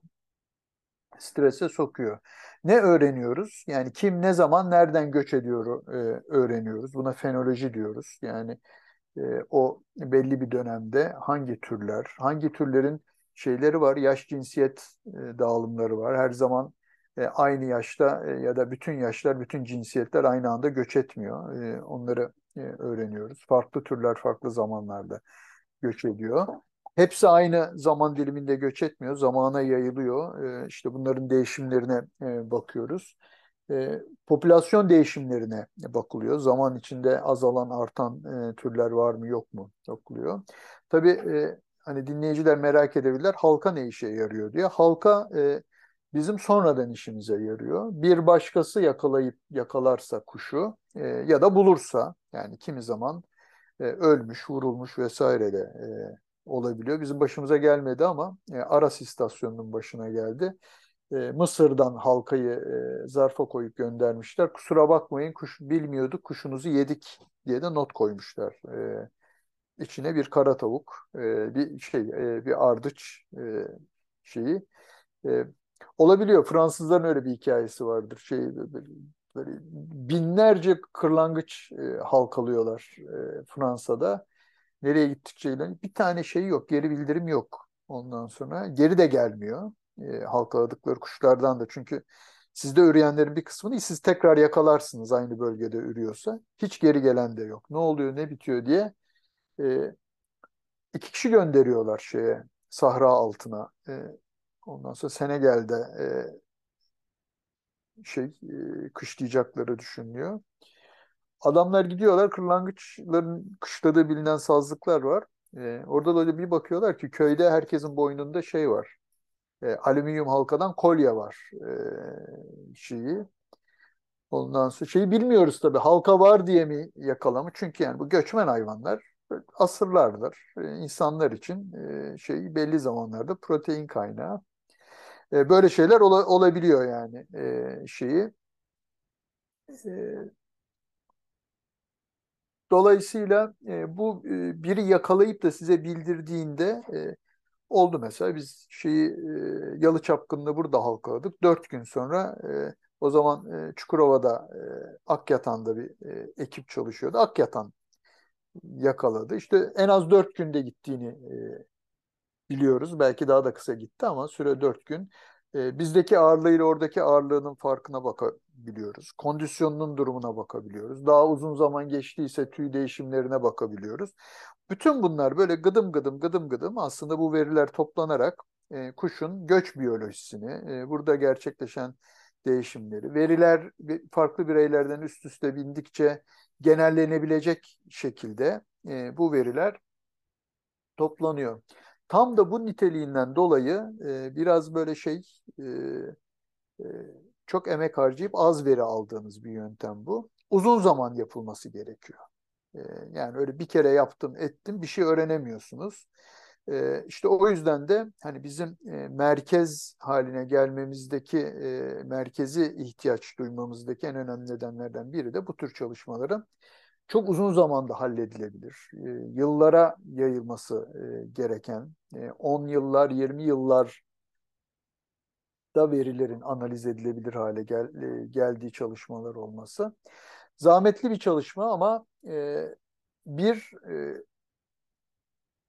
strese sokuyor. Ne öğreniyoruz? Yani kim ne zaman nereden göç ediyor e, öğreniyoruz. Buna fenoloji diyoruz. Yani e, o belli bir dönemde hangi türler, hangi türlerin şeyleri var, yaş cinsiyet e, dağılımları var. Her zaman e, aynı yaşta e, ya da bütün yaşlar, bütün cinsiyetler aynı anda göç etmiyor. E, onları e, öğreniyoruz. Farklı türler farklı zamanlarda göç ediyor. Hepsi aynı zaman diliminde göç etmiyor, zamana yayılıyor. E, işte bunların değişimlerine e, bakıyoruz. E, popülasyon değişimlerine bakılıyor. Zaman içinde azalan, artan e, türler var mı, yok mu bakılıyor. Tabii e, hani dinleyiciler merak edebilirler, halka ne işe yarıyor diye. Halka e, bizim sonradan işimize yarıyor. Bir başkası yakalayıp yakalarsa kuşu e, ya da bulursa, yani kimi zaman e, ölmüş, vurulmuş vesaire de e, olabiliyor. Bizim başımıza gelmedi ama e, Aras istasyonunun başına geldi. E, Mısır'dan halkayı e, zarfa koyup göndermişler. Kusura bakmayın, kuş bilmiyorduk, kuşunuzu yedik diye de not koymuşlar. E, içine bir kara tavuk, e, bir şey, e, bir ardıç e, şeyi. E, olabiliyor. Fransızların öyle bir hikayesi vardır. Şey böyle, böyle binlerce kırlangıç e, halkalıyorlar e, Fransa'da. Nereye gittikçe ilan- bir tane şey yok, geri bildirim yok. Ondan sonra geri de gelmiyor. E, halkaladıkları kuşlardan da, çünkü sizde üreyenlerin bir kısmını siz tekrar yakalarsınız aynı bölgede ürüyorsa. Hiç geri gelen de yok. Ne oluyor, ne bitiyor diye e, iki kişi gönderiyorlar şeye, Sahra altına. E, ondan sonra Senegal'de e, şey e, kışlayacakları düşünülüyor. Adamlar gidiyorlar, kırlangıçların kışladığı bilinen sazlıklar var. Ee, orada da öyle bir bakıyorlar ki köyde herkesin boynunda şey var. Ee, alüminyum halkadan kolye var. Ee, şeyi. Ondan sonra şeyi bilmiyoruz tabii. Halka var diye mi yakalamış? Çünkü yani bu göçmen hayvanlar asırlardır. Ee, insanlar için e, şey belli zamanlarda protein kaynağı. Ee, böyle şeyler ola- olabiliyor yani e, şeyi. E, Dolayısıyla e, bu e, biri yakalayıp da size bildirdiğinde e, oldu mesela, biz şeyi e, Yalı Çapkını'nı burada halkaladık. Dört gün sonra e, o zaman e, Çukurova'da e, Akyatan'da bir e, ekip çalışıyordu. Akyatan yakaladı. İşte en az dört günde gittiğini e, biliyoruz. Belki daha da kısa gitti ama süre dört gün. E, bizdeki ağırlığıyla oradaki ağırlığının farkına bakabiliyoruz. Kondisyonunun durumuna bakabiliyoruz. Daha uzun zaman geçtiyse tüy değişimlerine bakabiliyoruz. Bütün bunlar böyle gıdım gıdım gıdım gıdım aslında bu veriler toplanarak e, kuşun göç biyolojisini, e, burada gerçekleşen değişimleri, veriler farklı bireylerden üst üste bindikçe genellenebilecek şekilde e, bu veriler toplanıyor. Tam da bu niteliğinden dolayı e, biraz böyle şey e, e, çok emek harcayıp az veri aldığınız bir yöntem bu. Uzun zaman yapılması gerekiyor. E, yani öyle bir kere yaptım ettim bir şey öğrenemiyorsunuz. E, işte o yüzden de hani bizim e, merkez haline gelmemizdeki e, merkezi ihtiyaç duymamızdaki en önemli nedenlerden biri de bu tür çalışmaların çok uzun zamanda halledilebilir. E, yıllara yayılması e, gereken, e, on yıllar, yirmi yıllar da verilerin analiz edilebilir hale gel, e, geldiği çalışmalar olması. Zahmetli bir çalışma ama e, bir e,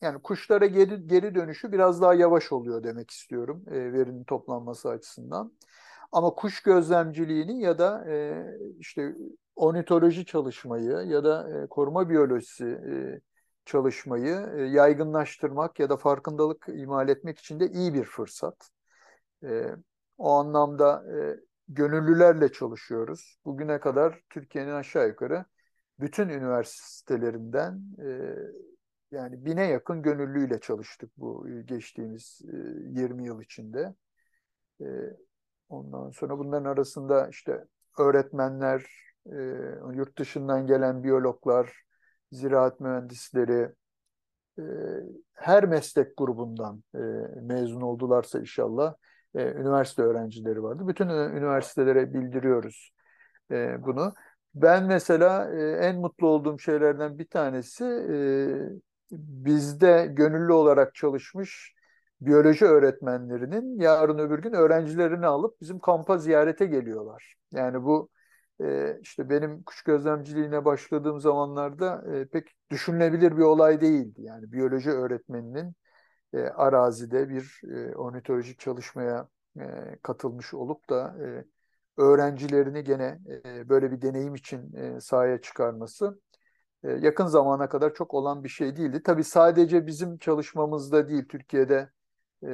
yani kuşlara geri, geri dönüşü biraz daha yavaş oluyor demek istiyorum e, verinin toplanması açısından. Ama kuş gözlemciliğini ya da e, işte ornitoloji çalışmayı ya da e, koruma biyolojisi e, çalışmayı e, yaygınlaştırmak ya da farkındalık imal etmek için de iyi bir fırsat. E, O anlamda e, gönüllülerle çalışıyoruz. Bugüne kadar Türkiye'nin aşağı yukarı bütün üniversitelerinden e, yani bine yakın gönüllüyle çalıştık bu geçtiğimiz e, yirmi yıl içinde. E, Ondan sonra bunların arasında işte öğretmenler, e, yurt dışından gelen biyologlar, ziraat mühendisleri, e, her meslek grubundan e, mezun oldularsa inşallah e, üniversite öğrencileri vardı. Bütün üniversitelere bildiriyoruz e, bunu. Ben mesela e, en mutlu olduğum şeylerden bir tanesi e, bizde gönüllü olarak çalışmış biyoloji öğretmenlerinin yarın öbür gün öğrencilerini alıp bizim kampa ziyarete geliyorlar. Yani bu e, işte benim kuş gözlemciliğine başladığım zamanlarda e, pek düşünülebilir bir olay değildi. Yani biyoloji öğretmeninin e, arazide bir e, ornitolojik çalışmaya e, katılmış olup da e, öğrencilerini gene e, böyle bir deneyim için e, sahaya çıkarması e, yakın zamana kadar çok olan bir şey değildi. Tabii sadece bizim çalışmamızda değil, Türkiye'de e,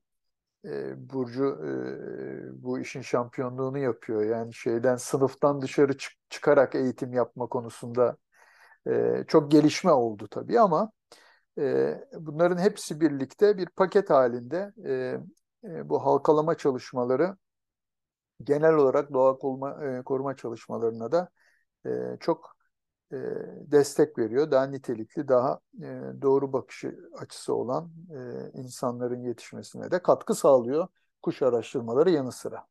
e, Burcu e, bu işin şampiyonluğunu yapıyor. Yani şeyden sınıftan dışarı çık- çıkarak eğitim yapma konusunda e, çok gelişme oldu tabii ama e, bunların hepsi birlikte bir paket halinde e, e, bu halkalama çalışmaları genel olarak doğa koruma, e, koruma çalışmalarına da e, çok e, destek veriyor. Daha nitelikli, daha e, doğru bakış açısı olan e, insanların yetişmesine de katkı sağlıyor kuş araştırmaları yanı sıra.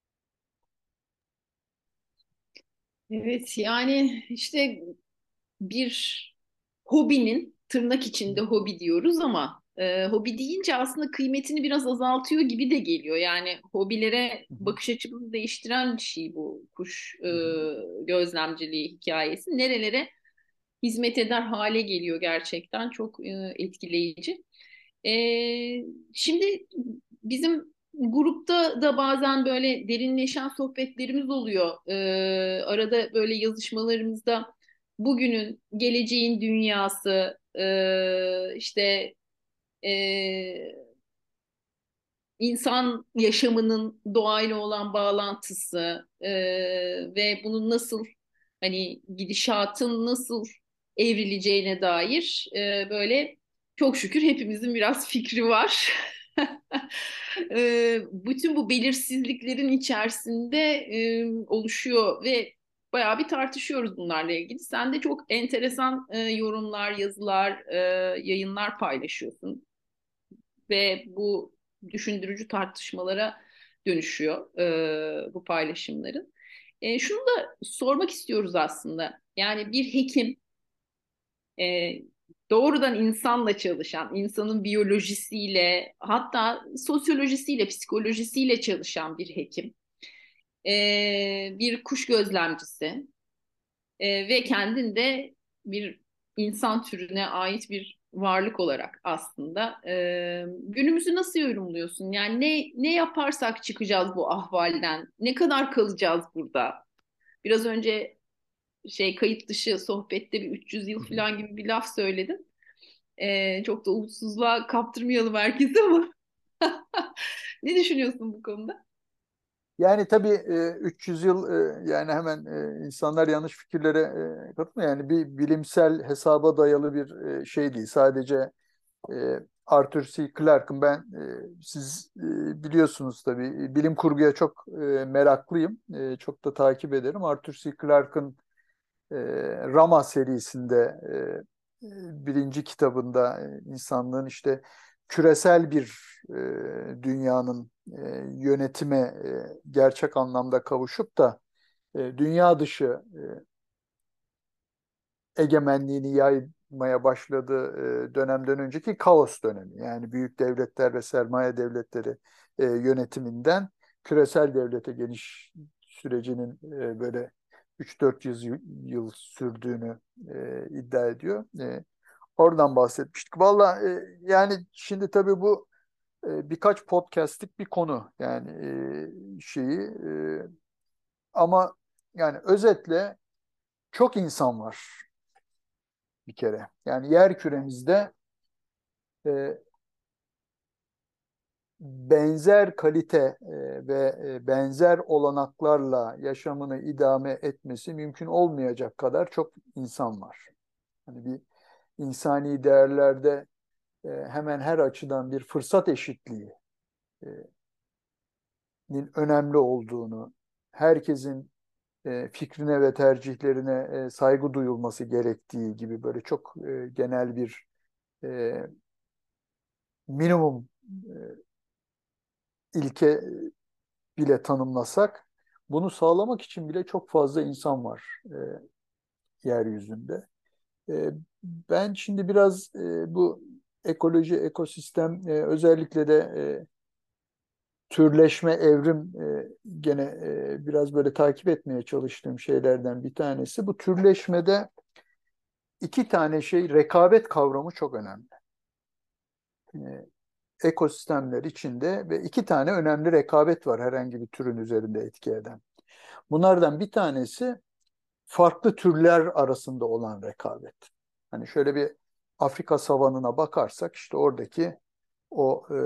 Evet, yani işte bir hobinin tırnak içinde hobi diyoruz ama e, hobi deyince aslında kıymetini biraz azaltıyor gibi de geliyor. Yani hobilere Hı hı, bakış açımızı değiştiren bir şey bu kuş e, hı hı. gözlemciliği hikayesi. Nerelere hizmet eder hale geliyor gerçekten çok e, etkileyici. E, Şimdi bizim grupta da bazen böyle derinleşen sohbetlerimiz oluyor. E, arada böyle yazışmalarımızda bugünün, geleceğin dünyası, e, işte e, insan yaşamının doğayla olan bağlantısı e, ve bunun nasıl hani gidişatın nasıl evrileceğine dair e, böyle çok şükür hepimizin biraz fikri var. E, bütün bu belirsizliklerin içerisinde e, oluşuyor ve bayağı bir tartışıyoruz bunlarla ilgili. Sen de çok enteresan e, yorumlar, yazılar, e, yayınlar paylaşıyorsun ve bu düşündürücü tartışmalara dönüşüyor e, bu paylaşımların. E, şunu da sormak istiyoruz aslında. Yani bir hekim e, doğrudan insanla çalışan, insanın biyolojisiyle, hatta sosyolojisiyle, psikolojisiyle çalışan bir hekim, e, bir kuş gözlemcisi e, ve kendinde bir insan türüne ait bir varlık olarak aslında. E, günümüzü nasıl yorumluyorsun? Yani ne ne yaparsak çıkacağız bu ahvalden? Ne kadar kalacağız burada? Biraz önce şey kayıt dışı sohbette bir üç yüz yıl Hı hı. falan gibi bir laf söyledin. E, çok da umutsuzluğa kaptırmayalım herkese ama ne düşünüyorsun bu konuda? Yani tabii e, üç yüz yıl e, yani hemen e, insanlar yanlış fikirlere e, katılmıyor. Yani bir bilimsel hesaba dayalı bir e, şey değil. Sadece e, Arthur C. Clarke'ın ben e, siz e, biliyorsunuz tabii bilim kurguya çok e, meraklıyım. E, çok da takip ederim. Arthur C. Clarke'ın e, Rama serisinde e, e, birinci kitabında e, insanlığın işte küresel bir e, dünyanın e, yönetime e, gerçek anlamda kavuşup da e, dünya dışı e, egemenliğini yaymaya başladığı e, dönemden önceki kaos dönemi. Yani büyük devletler ve sermaye devletleri e, yönetiminden küresel devlete geliş sürecinin e, böyle üç dört yüz yıl sürdüğünü e, iddia ediyor. E, oradan bahsetmiştik. Valla e, yani şimdi tabii bu e, birkaç podcast'lik bir konu yani e, şeyi e, ama yani özetle çok insan var bir kere. Yani yer küremizde e, benzer kalite e, ve e, benzer olanaklarla yaşamını idame etmesi mümkün olmayacak kadar çok insan var. Hani bir insani değerlerde e, hemen her açıdan bir fırsat eşitliğinin önemli olduğunu, herkesin e, fikrine ve tercihlerine e, saygı duyulması gerektiği gibi böyle çok e, genel bir e, minimum ilke bile tanımlasak, bunu sağlamak için bile çok fazla insan var e, yeryüzünde. E, Ben şimdi biraz e, bu ekoloji, ekosistem e, özellikle de e, türleşme, evrim e, gene e, biraz böyle takip etmeye çalıştığım şeylerden bir tanesi. Bu türleşmede iki tane şey, rekabet kavramı çok önemli. E, Ekosistemler içinde ve iki tane önemli rekabet var herhangi bir türün üzerinde etki eden. Bunlardan bir tanesi farklı türler arasında olan rekabet. Hani şöyle bir Afrika savanına bakarsak işte oradaki o e,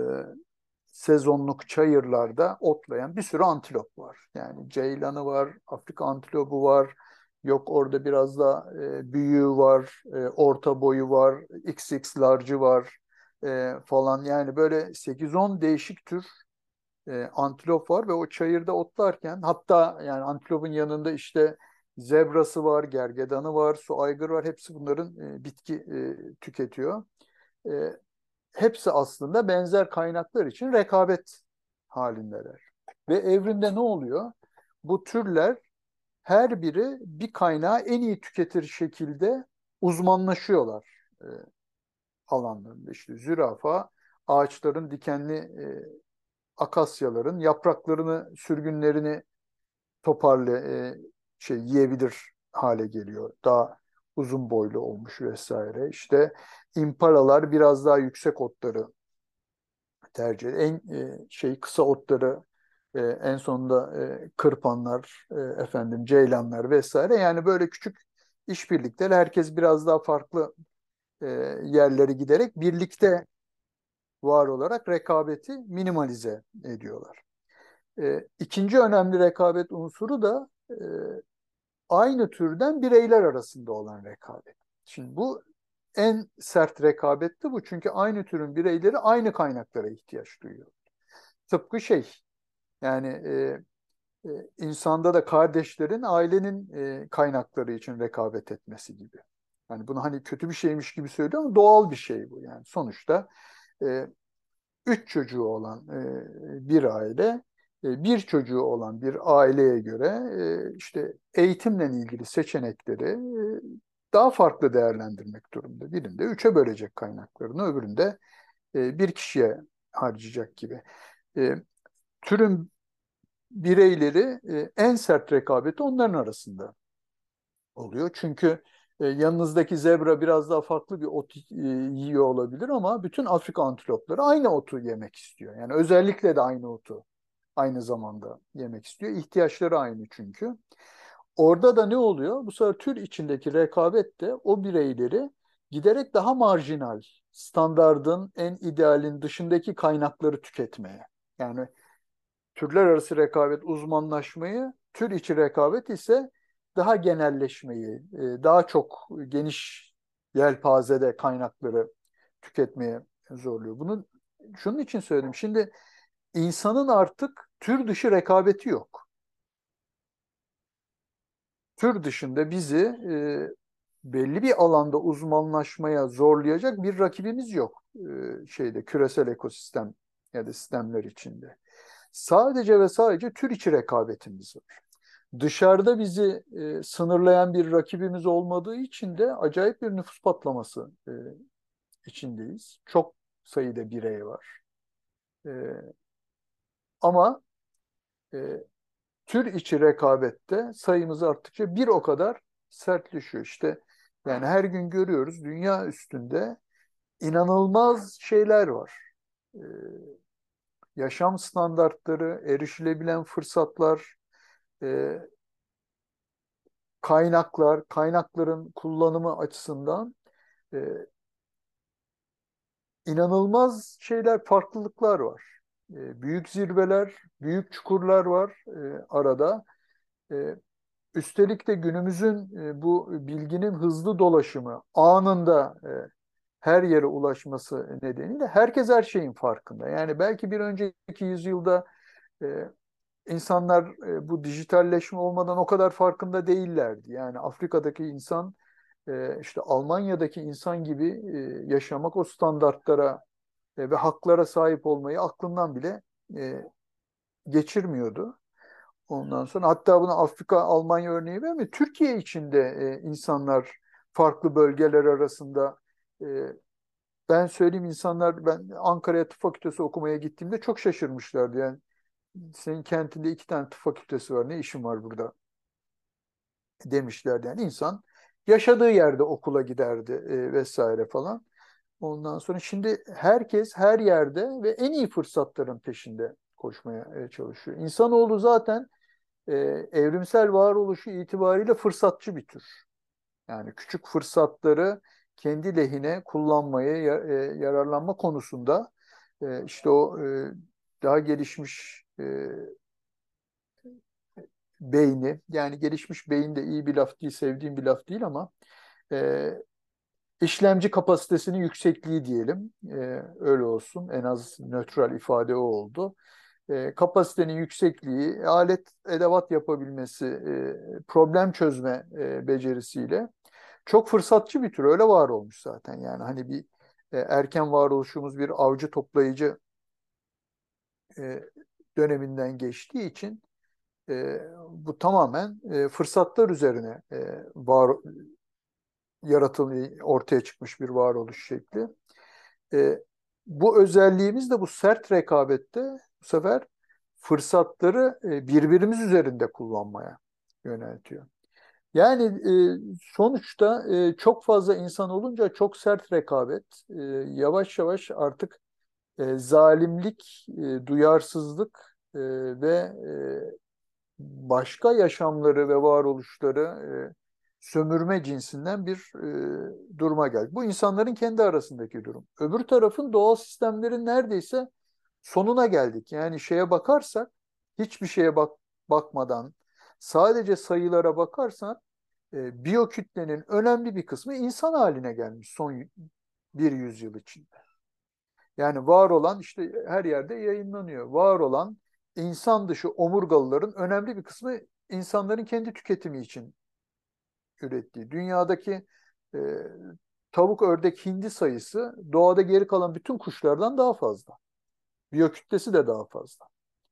sezonluk çayırlarda otlayan bir sürü antilop var. Yani ceylanı var, Afrika antilopu var. Yok orada biraz da e, büyüğü var, e, orta boyu var, X X large'ı var e, falan. Yani böyle sekiz on değişik tür e, antilop var ve o çayırda otlarken hatta yani antilopun yanında işte zebrası var, gergedanı var, su aygırı var. Hepsi bunların e, bitki e, tüketiyor. E, Hepsi aslında benzer kaynaklar için rekabet halindeler. Ve evrimde ne oluyor? Bu türler her biri bir kaynağı en iyi tüketir şekilde uzmanlaşıyorlar e, alanlarında. İşte zürafa ağaçların dikenli e, akasyaların yapraklarını, sürgünlerini toparlı e, şey yiyebilir hale geliyor. Daha uzun boylu olmuş vesaire. İşte impalalar biraz daha yüksek otları tercih ediyor. En e, şey kısa otları e, en sonunda e, kırpanlar, e, efendim ceylanlar vesaire. Yani böyle küçük işbirlikleri herkes biraz daha farklı e, yerlere giderek birlikte var olarak rekabeti minimalize ediyorlar. E, ikinci önemli rekabet unsuru da e, aynı türden bireyler arasında olan rekabet. Şimdi bu en sert rekabetti bu çünkü aynı türün bireyleri aynı kaynaklara ihtiyaç duyuyor. Tıpkı şey yani e, e, insanda da kardeşlerin ailenin e, kaynakları için rekabet etmesi gibi. Yani bunu hani kötü bir şeymiş gibi söylüyor ama doğal bir şey bu yani. Sonuçta e, üç çocuğu olan e, bir aile, e, bir çocuğu olan bir aileye göre e, işte eğitimle ilgili seçenekleri e, daha farklı değerlendirmek durumunda. Birinde üçe bölecek kaynaklarını, öbüründe e, bir kişiye harcayacak gibi. E, Türün bireyleri e, en sert rekabeti onların arasında oluyor. Çünkü e, yanınızdaki zebra biraz daha farklı bir ot e, yiyor olabilir ama bütün Afrika antilopları aynı otu yemek istiyor. Yani özellikle de aynı otu aynı zamanda yemek istiyor. İhtiyaçları aynı çünkü. Orada da ne oluyor? Bu sefer tür içindeki rekabet de o bireyleri giderek daha marjinal, standardın en idealin dışındaki kaynakları tüketmeye. Yani türler arası rekabet uzmanlaşmayı, tür içi rekabet ise daha genelleşmeyi, e, daha çok geniş yelpazede kaynakları tüketmeye zorluyor. Bunu şunun için söyledim. Şimdi insanın artık tür dışı rekabeti yok. Tür dışında bizi e, belli bir alanda uzmanlaşmaya zorlayacak bir rakibimiz yok e, şeyde küresel ekosistem ya da sistemler içinde. Sadece ve sadece tür içi rekabetimiz var. Dışarıda bizi e, sınırlayan bir rakibimiz olmadığı için de acayip bir nüfus patlaması e, içindeyiz. Çok sayıda birey var. E, Ama e, tür içi rekabette sayımız arttıkça bir o kadar sertleşiyor. İşte Yani her gün görüyoruz dünya üstünde inanılmaz şeyler var. Ee, yaşam standartları, erişilebilen fırsatlar, e, kaynaklar, kaynakların kullanımı açısından e, inanılmaz şeyler, farklılıklar var. E, büyük zirveler, büyük çukurlar var e, arada. E, üstelik de günümüzün e, bu bilginin hızlı dolaşımı, anında e, her yere ulaşması nedeniyle herkes her şeyin farkında. Yani belki bir önceki yüzyılda e, insanlar e, bu dijitalleşme olmadan o kadar farkında değillerdi. Yani Afrika'daki insan e, işte Almanya'daki insan gibi e, yaşamak, o standartlara e, ve haklara sahip olmayı aklından bile e, geçirmiyordu. Ondan sonra hatta bunu Afrika, Almanya örneği vermiyor. Türkiye içinde e, insanlar farklı bölgeler arasında e, ben söyleyeyim insanlar ben Ankara'ya tıp fakültesi okumaya gittiğimde çok şaşırmışlardı. Yani senin kentinde iki tane tıp fakültesi var ne işin var burada demişlerdi. Yani insan yaşadığı yerde okula giderdi e, vesaire falan. Ondan sonra şimdi herkes her yerde ve en iyi fırsatların peşinde koşmaya e, çalışıyor. İnsanoğlu zaten e, evrimsel varoluşu itibariyle fırsatçı bir tür. Yani küçük fırsatları kendi lehine kullanmaya, ya- e, yararlanma konusunda e, işte o e, daha gelişmiş e, beyni, yani gelişmiş beyin de iyi bir laf değil, sevdiğim bir laf değil ama e, işlemci kapasitesinin yüksekliği diyelim, e, öyle olsun. En az nötral ifade o oldu. E, kapasitenin yüksekliği, alet edevat yapabilmesi, e, problem çözme e, becerisiyle çok fırsatçı bir tür, öyle var olmuş zaten. Yani hani bir e, erken varoluşumuz bir avcı toplayıcı e, döneminden geçtiği için e, bu tamamen e, fırsatlar üzerine e, var yaratılmış, ortaya çıkmış bir varoluş şekli. E, bu özelliğimiz de bu sert rekabette bu sefer fırsatları e, birbirimiz üzerinde kullanmaya yöneltiyor. Yani e, sonuçta e, çok fazla insan olunca çok sert rekabet, e, yavaş yavaş artık e, zalimlik, e, duyarsızlık e, ve e, başka yaşamları ve varoluşları e, sömürme cinsinden bir e, duruma geldi. Bu insanların kendi arasındaki durum. Öbür tarafın doğal sistemlerin neredeyse sonuna geldik. Yani şeye bakarsak, hiçbir şeye bak bakmadan sadece sayılara bakarsan e, biyokütlenin önemli bir kısmı insan haline gelmiş son bir yüzyıl içinde. Yani var olan işte her yerde yayınlanıyor. Var olan insan dışı omurgalıların önemli bir kısmı insanların kendi tüketimi için ürettiği. Dünyadaki e, tavuk, ördek, hindi sayısı doğada geri kalan bütün kuşlardan daha fazla. Biyokütlesi de daha fazla.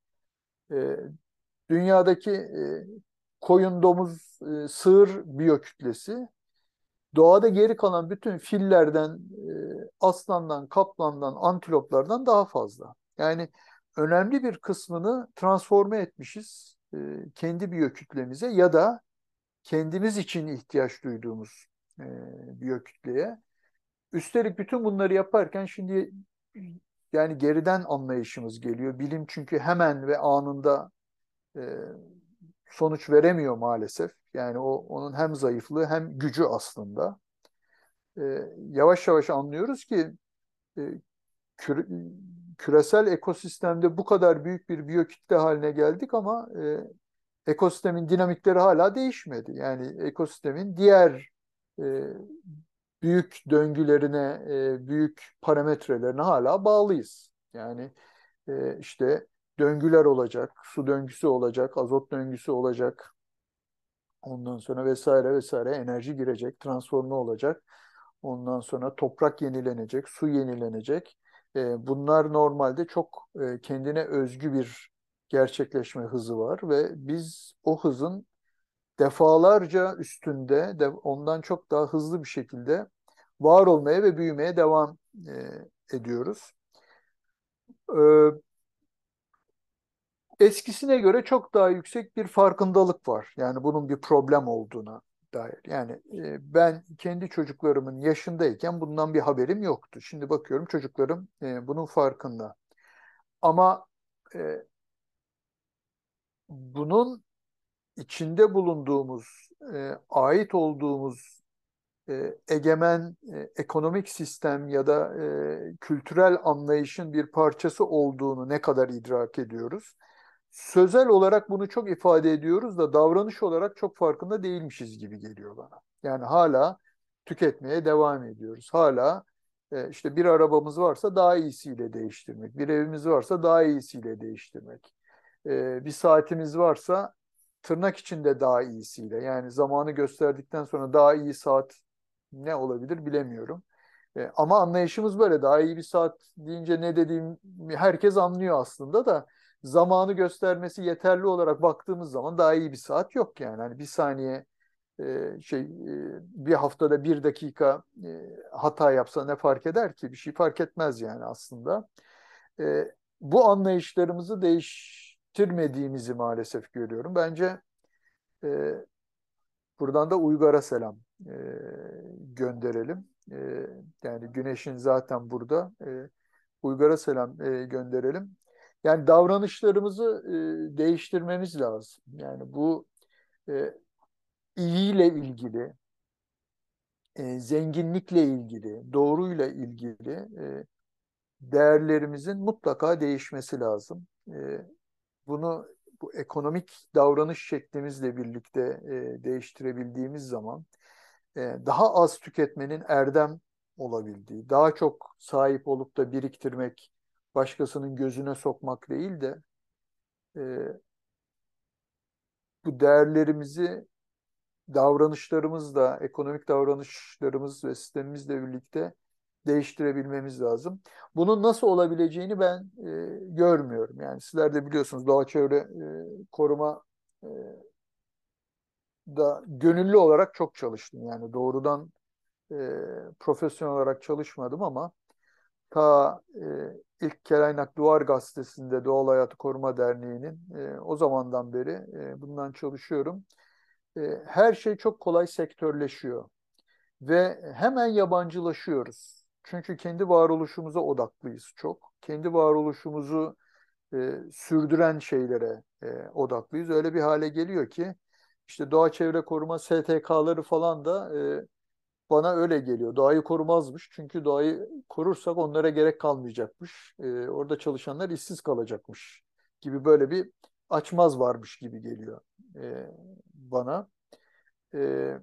E, dünyadaki e, koyun, domuz, e, sığır biyokütlesi doğada geri kalan bütün fillerden, e, aslandan, kaplandan, antiloplardan daha fazla. Yani önemli bir kısmını transforme etmişiz e, kendi biyokütlemize ya da kendimiz için ihtiyaç duyduğumuz e, biyokütleye. Üstelik bütün bunları yaparken şimdi yani geriden anlayışımız geliyor. Bilim çünkü hemen ve anında e, sonuç veremiyor maalesef. Yani o onun hem zayıflığı hem gücü aslında. E, yavaş yavaş anlıyoruz ki e, küre, küresel ekosistemde bu kadar büyük bir biyokütle haline geldik ama e, ekosistemin dinamikleri hala değişmedi. Yani ekosistemin diğer e, büyük döngülerine, e, büyük parametrelerine hala bağlıyız. Yani e, işte döngüler olacak, su döngüsü olacak, azot döngüsü olacak. Ondan sonra vesaire vesaire enerji girecek, transforme olacak. Ondan sonra toprak yenilenecek, su yenilenecek. E, bunlar normalde çok e, kendine özgü bir gerçekleşme hızı var ve biz o hızın defalarca üstünde, de, ondan çok daha hızlı bir şekilde var olmaya ve büyümeye devam e, ediyoruz. E, eskisine göre çok daha yüksek bir farkındalık var. Yani bunun bir problem olduğuna. dair. Yani e, ben kendi çocuklarımın yaşındayken bundan bir haberim yoktu. Şimdi bakıyorum çocuklarım e, bunun farkında. Ama e, bunun içinde bulunduğumuz, e, ait olduğumuz e, egemen e, ekonomik sistem ya da e, kültürel anlayışın bir parçası olduğunu ne kadar idrak ediyoruz? Sözel olarak bunu çok ifade ediyoruz da davranış olarak çok farkında değilmişiz gibi geliyor bana. Yani hala tüketmeye devam ediyoruz. Hala e, işte bir arabamız varsa daha iyisiyle değiştirmek, bir evimiz varsa daha iyisiyle değiştirmek, e, bir saatimiz varsa tırnak içinde daha iyisiyle. Yani zamanı gösterdikten sonra daha iyi saat ne olabilir bilemiyorum. E, ama anlayışımız böyle. Daha iyi bir saat deyince ne dediğim herkes anlıyor aslında da zamanı göstermesi yeterli olarak baktığımız zaman daha iyi bir saat yok yani. Hani bir saniye e, şey e, bir haftada bir dakika e, hata yapsa ne fark eder ki? Bir şey fark etmez yani aslında. E, Bu anlayışlarımızı değiştirmediğimizi maalesef görüyorum. Bence e, buradan da Uygar'a selam e, gönderelim. E, yani Güneş'in zaten burada. E, Uygar'a selam e, gönderelim. Yani davranışlarımızı e, değiştirmemiz lazım. Yani bu e, iyiyle ilgili, e, zenginlikle ilgili, doğruyla ilgili e, değerlerimizin mutlaka değişmesi lazım. E, bunu bu ekonomik davranış şeklimizle birlikte e, değiştirebildiğimiz zaman e, daha az tüketmenin erdem olabildiği, daha çok sahip olup da biriktirmek, başkasının gözüne sokmak değil de e, bu değerlerimizi davranışlarımızla, ekonomik davranışlarımız ve sistemimizle birlikte değiştirebilmemiz lazım. Bunun nasıl olabileceğini ben e, görmüyorum. Yani sizler de biliyorsunuz doğa çevre e, koruma e, da gönüllü olarak çok çalıştım. Yani doğrudan e, profesyonel olarak çalışmadım ama ta e, ilk Kelaynak Duvar Gazetesi'nde Doğal Hayatı Koruma Derneği'nin e, o zamandan beri e, bundan çalışıyorum. E, her şey çok kolay sektörleşiyor ve hemen yabancılaşıyoruz. Çünkü kendi varoluşumuza odaklıyız çok. Kendi varoluşumuzu e, sürdüren şeylere e, odaklıyız. Öyle bir hale geliyor ki işte doğa çevre koruma S T K'ları falan da e, bana öyle geliyor. Doğayı korumazmış. Çünkü doğayı korursak onlara gerek kalmayacakmış. E, orada çalışanlar işsiz kalacakmış gibi böyle bir açmaz varmış gibi geliyor e, bana. E,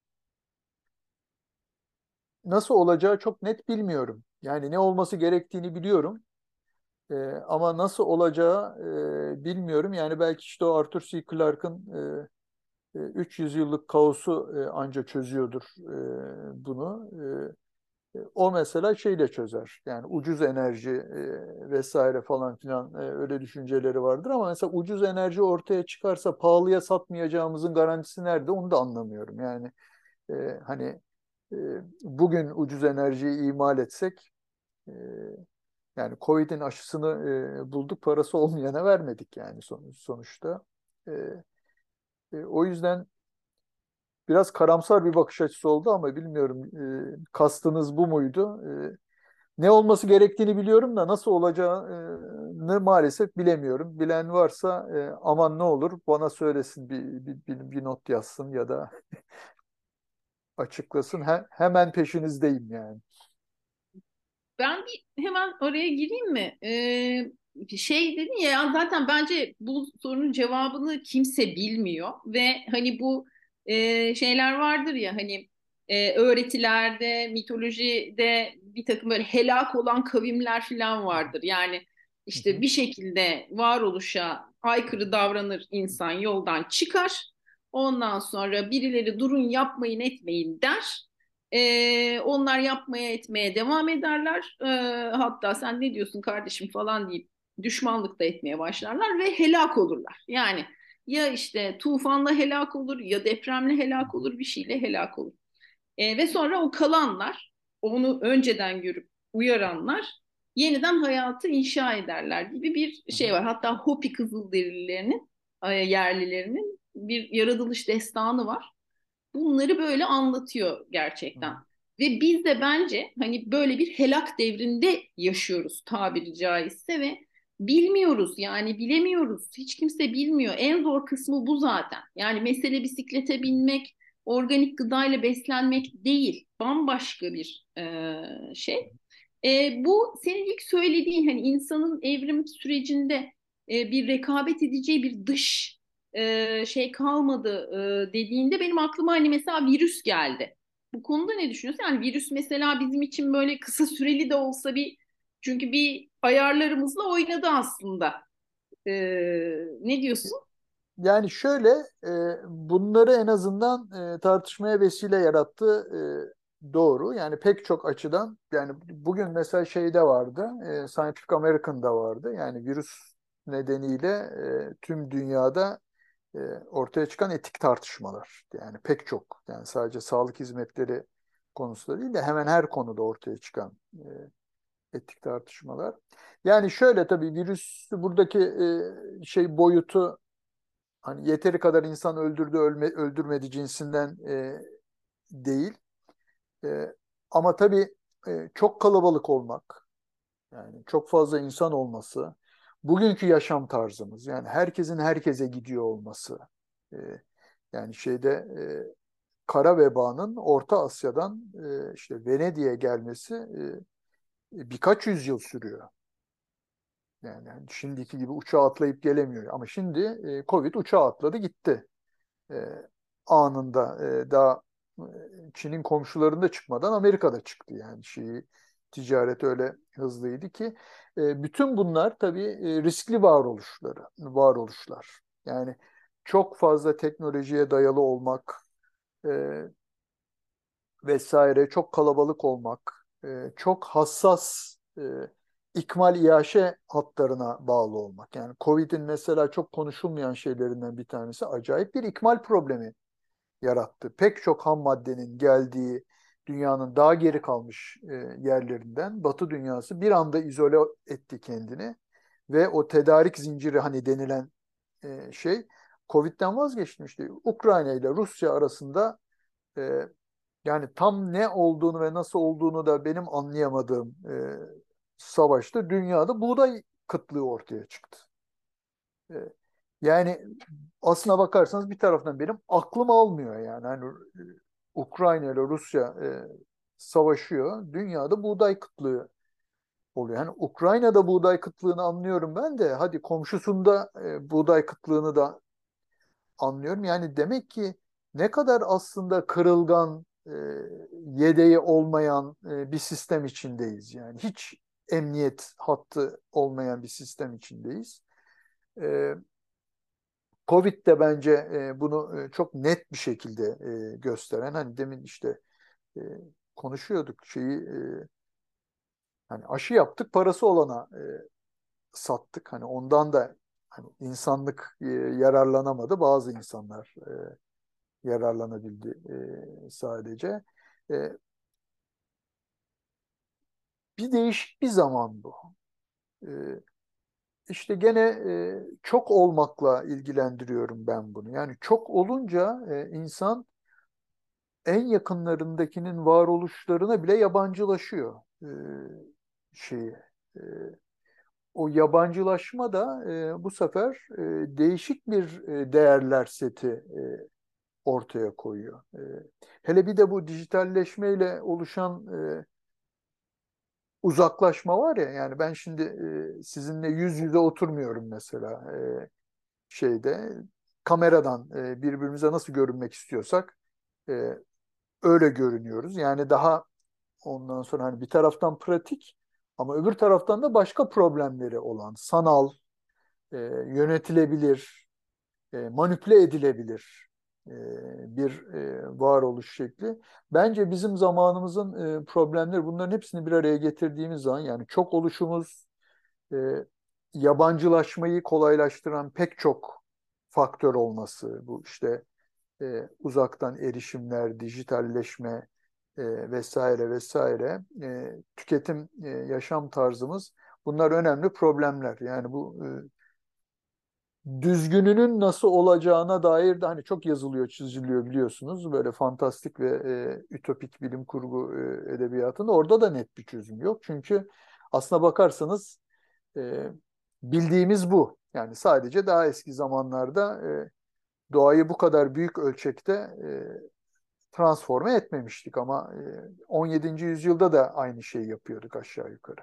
Nasıl olacağı çok net bilmiyorum. Yani ne olması gerektiğini biliyorum. E, ama nasıl olacağı e, bilmiyorum. Yani belki işte o Arthur C. Clarke'ın e, e, üç yüz yıllık kaosu e, anca çözüyordur e, bunu. E, o mesela şeyle çözer. Yani ucuz enerji e, vesaire falan filan e, öyle düşünceleri vardır. Ama mesela ucuz enerji ortaya çıkarsa pahalıya satmayacağımızın garantisi nerede? Onu da anlamıyorum. Yani e, hani e, bugün ucuz enerjiyi imal etsek e, yani Covid'in aşısını e, bulduk parası olmayana vermedik yani son- sonuçta. E, e, o yüzden biraz karamsar bir bakış açısı oldu ama bilmiyorum e, kastınız bu muydu? E, ne olması gerektiğini biliyorum da nasıl olacağını maalesef bilemiyorum. Bilen varsa e, aman ne olur bana söylesin bir, bir, bir, bir not yazsın ya da açıklasın. He- hemen peşinizdeyim yani. Ben bir hemen oraya gireyim mi? Ee, şey dedin ya, ya zaten bence bu sorunun cevabını kimse bilmiyor ve hani bu e, şeyler vardır ya, hani e, öğretilerde, mitolojide bir takım böyle helak olan kavimler falan vardır. Yani Hı işte hı. bir şekilde varoluşa aykırı davranır insan, yoldan çıkar. Ondan sonra birileri durun, yapmayın etmeyin der. Ee, onlar yapmaya etmeye devam ederler. Ee, hatta sen ne diyorsun kardeşim falan deyip düşmanlık da etmeye başlarlar ve helak olurlar. Yani ya işte tufanla helak olur, ya depremle helak olur, bir şeyle helak olur. Ee, ve sonra o kalanlar, onu önceden görüp uyaranlar yeniden hayatı inşa ederler gibi bir Hı şey hı. var. Hatta Hopi Kızılderililerinin, e, yerlilerinin bir yaratılış destanı var. bunları böyle anlatıyor gerçekten. Ve biz de bence hani böyle bir helak devrinde yaşıyoruz tabiri caizse ve bilmiyoruz yani bilemiyoruz. Hiç kimse bilmiyor. En zor kısmı bu zaten. Yani mesele bisiklete binmek, organik gıdayla beslenmek değil. Bambaşka bir e, şey. E, bu senin ilk söylediğin hani insanın evrim sürecinde e, bir rekabet edeceği bir dış e, şey kalmadı e, dediğinde benim aklıma hani mesela virüs geldi. Bu konuda ne düşünüyorsun? Yani virüs mesela bizim için böyle kısa süreli de olsa bir çünkü bir ayarlarımızla oynadı aslında. E, ne diyorsun? Yani şöyle, e, bunları en azından e, tartışmaya vesile yarattı, e, doğru. Yani pek çok açıdan, yani bugün mesela şeyde vardı, e, Scientific American'da vardı. Yani virüs nedeniyle e, tüm dünyada e, ortaya çıkan etik tartışmalar. Yani pek çok, yani sadece sağlık hizmetleri konusunda değil de hemen her konuda ortaya çıkan e, etik tartışmalar. Yani şöyle, tabii virüs buradaki e, şey boyutu, hani yeteri kadar insan öldürdü, ölme, öldürmedi cinsinden e, değil. E, Ama tabii e, çok kalabalık olmak, yani çok fazla insan olması, bugünkü yaşam tarzımız, yani herkesin herkese gidiyor olması, e, yani şeyde e, kara vebanın Orta Asya'dan e, işte Venedik'e gelmesi e, birkaç yüzyıl sürüyor. Yani hani şimdiki gibi uçağa atlayıp gelemiyor. Ama şimdi e, Covid uçağa atladı gitti. E, Anında, e, daha e, Çin'in komşularında çıkmadan Amerika'da çıktı, yani şeyi, ticaret öyle hızlıydı ki e, bütün bunlar tabii e, riskli varoluşları varoluşlar. Yani çok fazla teknolojiye dayalı olmak, e, vesaire, çok kalabalık olmak, e, çok hassas e, ikmal iaşe hatlarına bağlı olmak. Yani Covid'in mesela çok konuşulmayan şeylerinden bir tanesi, acayip bir ikmal problemi yarattı. Pek çok ham maddenin geldiği dünyanın daha geri kalmış e, yerlerinden Batı dünyası bir anda izole etti kendini ve o tedarik zinciri hani denilen e, şey Covid'den vazgeçmişti. Ukrayna ile Rusya arasında e, yani tam ne olduğunu ve nasıl olduğunu da benim anlayamadığım e, savaşta dünyada buğday kıtlığı ortaya çıktı. E, Yani aslına bakarsanız bir taraftan benim aklım almıyor yani. Hani e, Ukrayna ile Rusya e, savaşıyor. Dünyada buğday kıtlığı oluyor. Yani Ukrayna'da buğday kıtlığını anlıyorum ben de. Hadi komşusunda e, buğday kıtlığını da anlıyorum. Yani demek ki ne kadar aslında kırılgan, e, yedeği olmayan e, bir sistem içindeyiz. Yani hiç emniyet hattı olmayan bir sistem içindeyiz. E, Covid de bence e, bunu e, çok net bir şekilde e, gösteren, hani demin işte e, konuşuyorduk şeyi, e, hani aşı yaptık, parası olana e, sattık. Hani ondan da hani insanlık e, yararlanamadı. Bazı insanlar e, yararlanabildi e, sadece. E, Bir değişik bir zaman bu. E, işte gene e, çok olmakla ilgilendiriyorum ben bunu. Yani çok olunca e, insan en yakınlarındakinin varoluşlarına bile yabancılaşıyor. E, şeyi. E, O yabancılaşma da e, bu sefer e, değişik bir e, değerler seti e, ortaya koyuyor. E, hele bir de bu dijitalleşmeyle oluşan e, uzaklaşma var ya, yani ben şimdi e, sizinle yüz yüze oturmuyorum mesela, e, şeyde kameradan e, birbirimize nasıl görünmek istiyorsak e, öyle görünüyoruz. Yani daha ondan sonra hani bir taraftan pratik ama öbür taraftan da başka problemleri olan, sanal, e, yönetilebilir, e, manipüle edilebilir e, bir e, varoluş şekli. Bence bizim zamanımızın e, problemleri, bunların hepsini bir araya getirdiğimiz zaman, yani çok oluşumuz, e, yabancılaşmayı kolaylaştıran pek çok faktör olması, bu işte e, uzaktan erişimler, dijitalleşme e, vesaire vesaire, e, tüketim e, yaşam tarzımız, bunlar önemli problemler. Yani bu e, düzgününün nasıl olacağına dair de hani çok yazılıyor, çiziliyor biliyorsunuz. Böyle fantastik ve e, ütopik bilim kurgu e, edebiyatında orada da net bir çözüm yok. Çünkü aslına bakarsanız e, bildiğimiz bu. Yani sadece daha eski zamanlarda e, doğayı bu kadar büyük ölçekte e, transforme etmemiştik ama e, on yedinci yüzyılda da aynı şeyi yapıyorduk aşağı yukarı.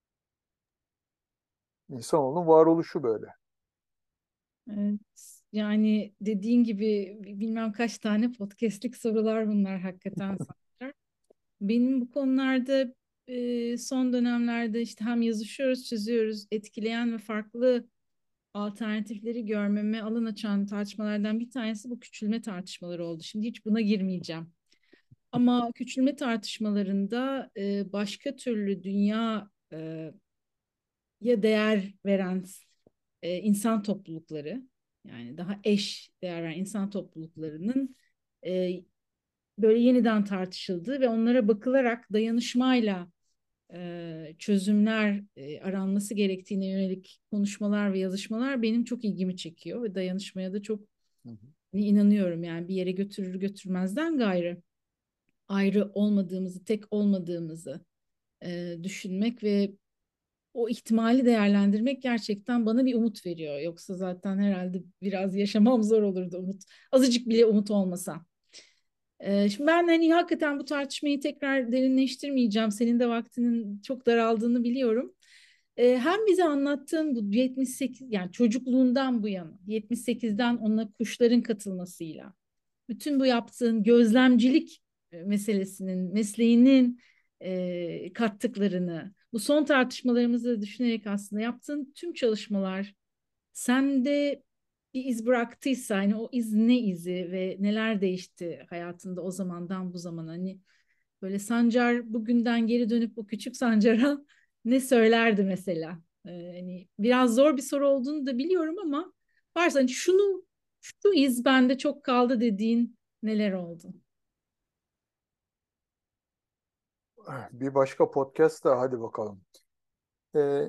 İnsanoğlunun varoluşu böyle. Evet, yani dediğin gibi bilmem kaç tane podcast'lik sorular bunlar hakikaten Sancar. Benim bu konularda e, son dönemlerde işte hem yazışıyoruz, çiziyoruz, etkileyen ve farklı alternatifleri görmeme alan açan tartışmalardan bir tanesi bu küçülme tartışmaları oldu. Şimdi hiç buna girmeyeceğim. Ama küçülme tartışmalarında e, başka türlü dünya e, ya değer veren e, insan toplulukları, yani daha eş değer veren insan topluluklarının e, böyle yeniden tartışıldığı ve onlara bakılarak dayanışmayla e, çözümler e, aranması gerektiğine yönelik konuşmalar ve yazışmalar benim çok ilgimi çekiyor ve dayanışmaya da çok Hı hı. inanıyorum. Yani bir yere götürür götürmezden gayrı ayrı olmadığımızı, tek olmadığımızı e, düşünmek ve o ihtimali değerlendirmek gerçekten bana bir umut veriyor. Yoksa zaten herhalde biraz yaşamam zor olurdu umut. Azıcık bile umut olmasa. Ee, şimdi ben hani hakikaten bu tartışmayı tekrar derinleştirmeyeceğim. Senin de vaktinin çok daraldığını biliyorum. Ee, hem bize anlattığın bu yetmiş sekiz, yani çocukluğundan bu yana yetmiş sekizden ona kuşların katılmasıyla bütün bu yaptığın gözlemcilik e, meselesinin, mesleğinin e, kattıklarını, bu son tartışmalarımızı da düşünerek aslında yaptığın tüm çalışmalar sende bir iz bıraktıysa, hani o iz ne izi ve neler değişti hayatında o zamandan bu zamana, hani böyle Sancar bugünden geri dönüp o küçük Sancar'a ne söylerdi mesela? Ee, hani biraz zor bir soru olduğunu da biliyorum ama varsa hani şunu şu iz bende çok kaldı dediğin neler oldu? Bir başka podcast da hadi bakalım. Ee,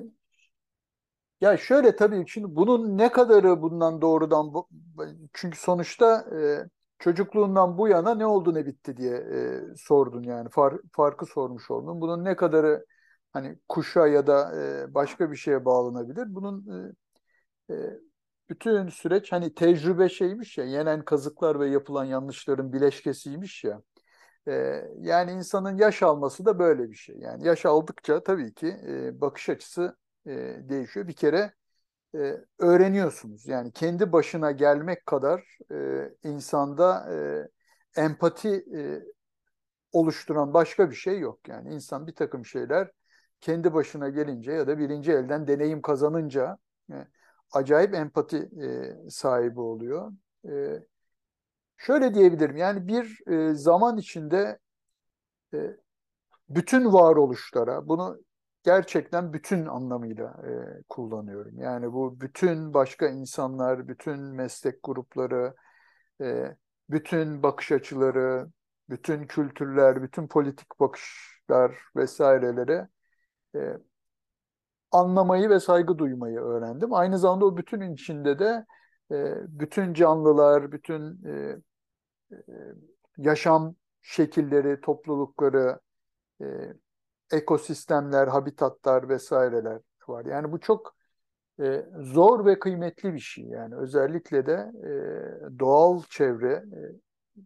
Ya şöyle tabii şimdi bunun ne kadarı bundan doğrudan bu, çünkü sonuçta e, çocukluğundan bu yana ne oldu ne bitti diye e, sordun yani Far- farkı sormuş oldun. Bunun ne kadarı hani kuşa ya da e, başka bir şeye bağlanabilir? Bunun e, e, bütün süreç hani tecrübe şeymiş ya, yenen kazıklar ve yapılan yanlışların bileşkesiymiş ya. E, Yani insanın yaş alması da böyle bir şey. Yani yaş aldıkça tabii ki e, bakış açısı e, değişiyor. Bir kere e, öğreniyorsunuz. Yani kendi başına gelmek kadar e, insanda e, empati e, oluşturan başka bir şey yok. Yani insan bir takım şeyler kendi başına gelince ya da birinci elden deneyim kazanınca e, acayip empati e, sahibi oluyor. E, Şöyle diyebilirim. Yani bir e, zaman içinde e, bütün varoluşlara, bunu gerçekten bütün anlamıyla e, kullanıyorum. Yani bu bütün başka insanlar, bütün meslek grupları, e, bütün bakış açıları, bütün kültürler, bütün politik bakışlar vesaireleri e, anlamayı ve saygı duymayı öğrendim. Aynı zamanda o bütünün içinde de e, bütün canlılar, bütün e, e, yaşam şekilleri, toplulukları, e, ekosistemler, habitatlar vesaireler var. Yani bu çok e, zor ve kıymetli bir şey. Yani özellikle de e, doğal çevrenin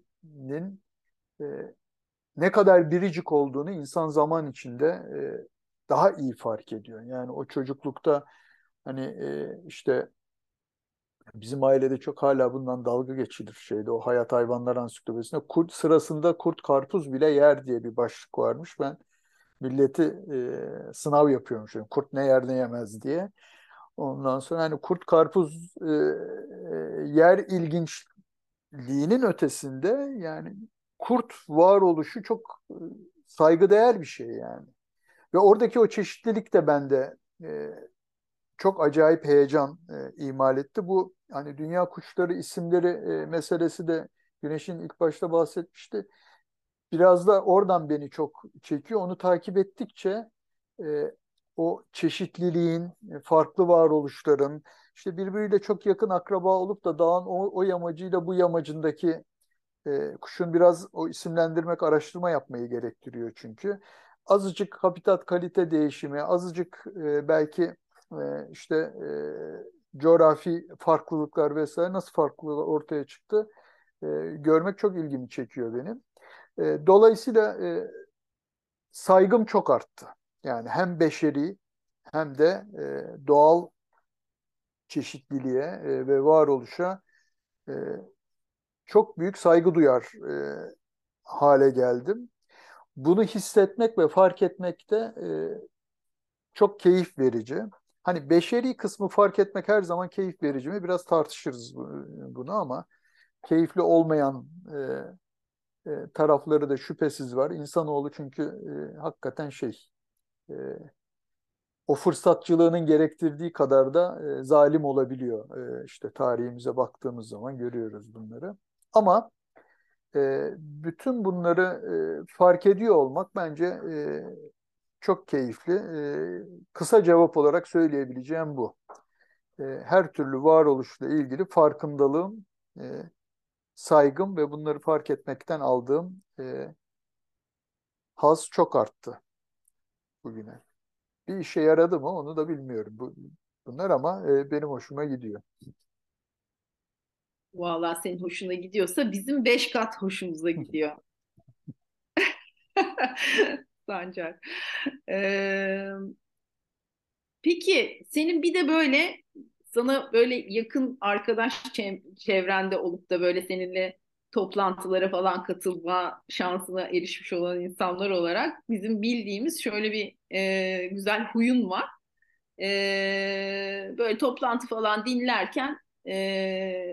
e, ne kadar biricik olduğunu insan zaman içinde e, daha iyi fark ediyor. Yani o çocuklukta hani e, işte bizim ailede çok hala bundan dalga geçilir şeyde o Hayat Hayvanlar Ansiklopedisinde kurt sırasında kurt karpuz bile yer diye bir başlık varmış. Ben milleti e, sınav yapıyormuş. Yani kurt ne yer ne yemez diye. Ondan sonra hani kurt karpuz e, e, yer ilginçliğinin ötesinde yani kurt varoluşu çok e, saygıdeğer bir şey yani. Ve oradaki o çeşitlilik de bende e, çok acayip heyecan e, imal etti. Bu hani dünya kuşları isimleri e, meselesi de Güneş'in ilk başta bahsetmişti. Biraz da oradan beni çok çekiyor. Onu takip ettikçe e, o çeşitliliğin, e, farklı varoluşların, işte birbiriyle çok yakın akraba olup da dağın o, o yamacıyla bu yamacındaki e, kuşun biraz o isimlendirmek, araştırma yapmayı gerektiriyor çünkü. Azıcık habitat kalite değişimi, azıcık e, belki e, işte e, coğrafi farklılıklar vesaire nasıl farklılıklar ortaya çıktı e, görmek çok ilgimi çekiyor benim. E, dolayısıyla e, saygım çok arttı. Yani hem beşeri hem de e, doğal çeşitliliğe e, ve varoluşa e, çok büyük saygı duyar e, hale geldim. Bunu hissetmek ve fark etmek de e, çok keyif verici. Hani beşeri kısmı fark etmek her zaman keyif verici mi? Biraz tartışırız bunu ama keyifli olmayan e, e, tarafları da şüphesiz var. İnsanoğlu çünkü e, hakikaten şey e, o fırsatçılığının gerektirdiği kadar da e, zalim olabiliyor. E, işte tarihimize baktığımız zaman görüyoruz bunları. Ama e, bütün bunları e, fark ediyor olmak bence e, çok keyifli. E, kısa cevap olarak söyleyebileceğim bu. E, her türlü varoluşla ilgili farkındalığım, e, saygım ve bunları fark etmekten aldığım e, haz çok arttı bugüne. Bir işe yaradı mı onu da bilmiyorum. Bu, bunlar ama e, benim hoşuma gidiyor. Vallahi senin hoşuna gidiyorsa bizim beş kat hoşumuza gidiyor. Sancar. Ee, peki senin bir de böyle sana böyle yakın arkadaş çev- çevrende olup da böyle seninle toplantılara falan katılma şansına erişmiş olan insanlar olarak bizim bildiğimiz şöyle bir e, güzel huyun var. E, böyle toplantı falan dinlerken e,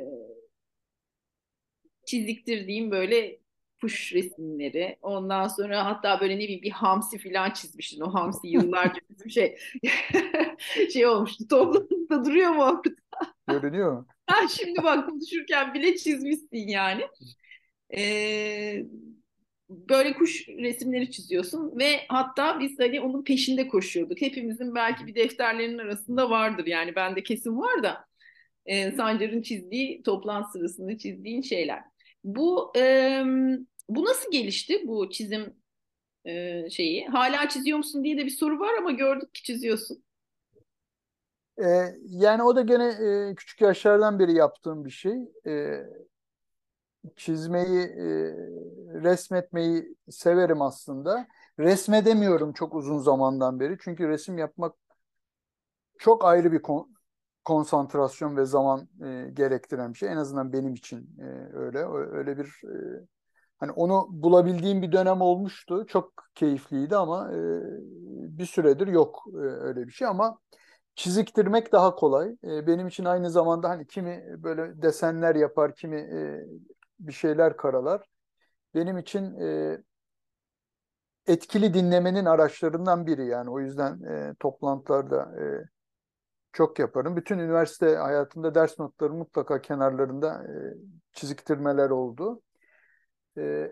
çiziktirdiğim böyle kuş resimleri. Ondan sonra hatta böyle ne bileyim bir hamsi falan çizmiştin. O hamsi yıllarca bizim şey şey olmuştu. Toplantıda duruyor mu orada? Görünüyor mu? Ha, şimdi bak konuşurken bile çizmişsin yani. Ee, böyle kuş resimleri çiziyorsun ve hatta biz hani onun peşinde koşuyorduk. Hepimizin belki bir defterlerinin arasında vardır yani bende kesin var da e, Sancar'ın çizdiği toplantı sırasında çizdiğin şeyler. Bu e, bu nasıl gelişti bu çizim e, şeyi? Hala çiziyor musun diye de bir soru var ama gördük ki çiziyorsun. E, yani o da gene e, küçük yaşlardan beri yaptığım bir şey. E, çizmeyi, e, resmetmeyi severim aslında. Resmedemiyorum çok uzun zamandan beri. Çünkü resim yapmak çok ayrı bir kon- konsantrasyon ve zaman e, gerektiren bir şey. En azından benim için e, öyle. Ö- Öyle bir e, hani onu bulabildiğim bir dönem olmuştu. Çok keyifliydi ama e, bir süredir yok e, öyle bir şey ama çiziktirmek daha kolay. E, benim için aynı zamanda hani kimi böyle desenler yapar, kimi e, bir şeyler karalar. Benim için e, etkili dinlemenin araçlarından biri yani. O yüzden e, toplantılarda e, çok yaparım. Bütün üniversite hayatımda ders notları mutlaka kenarlarında e, çiziktirmeler oldu. E,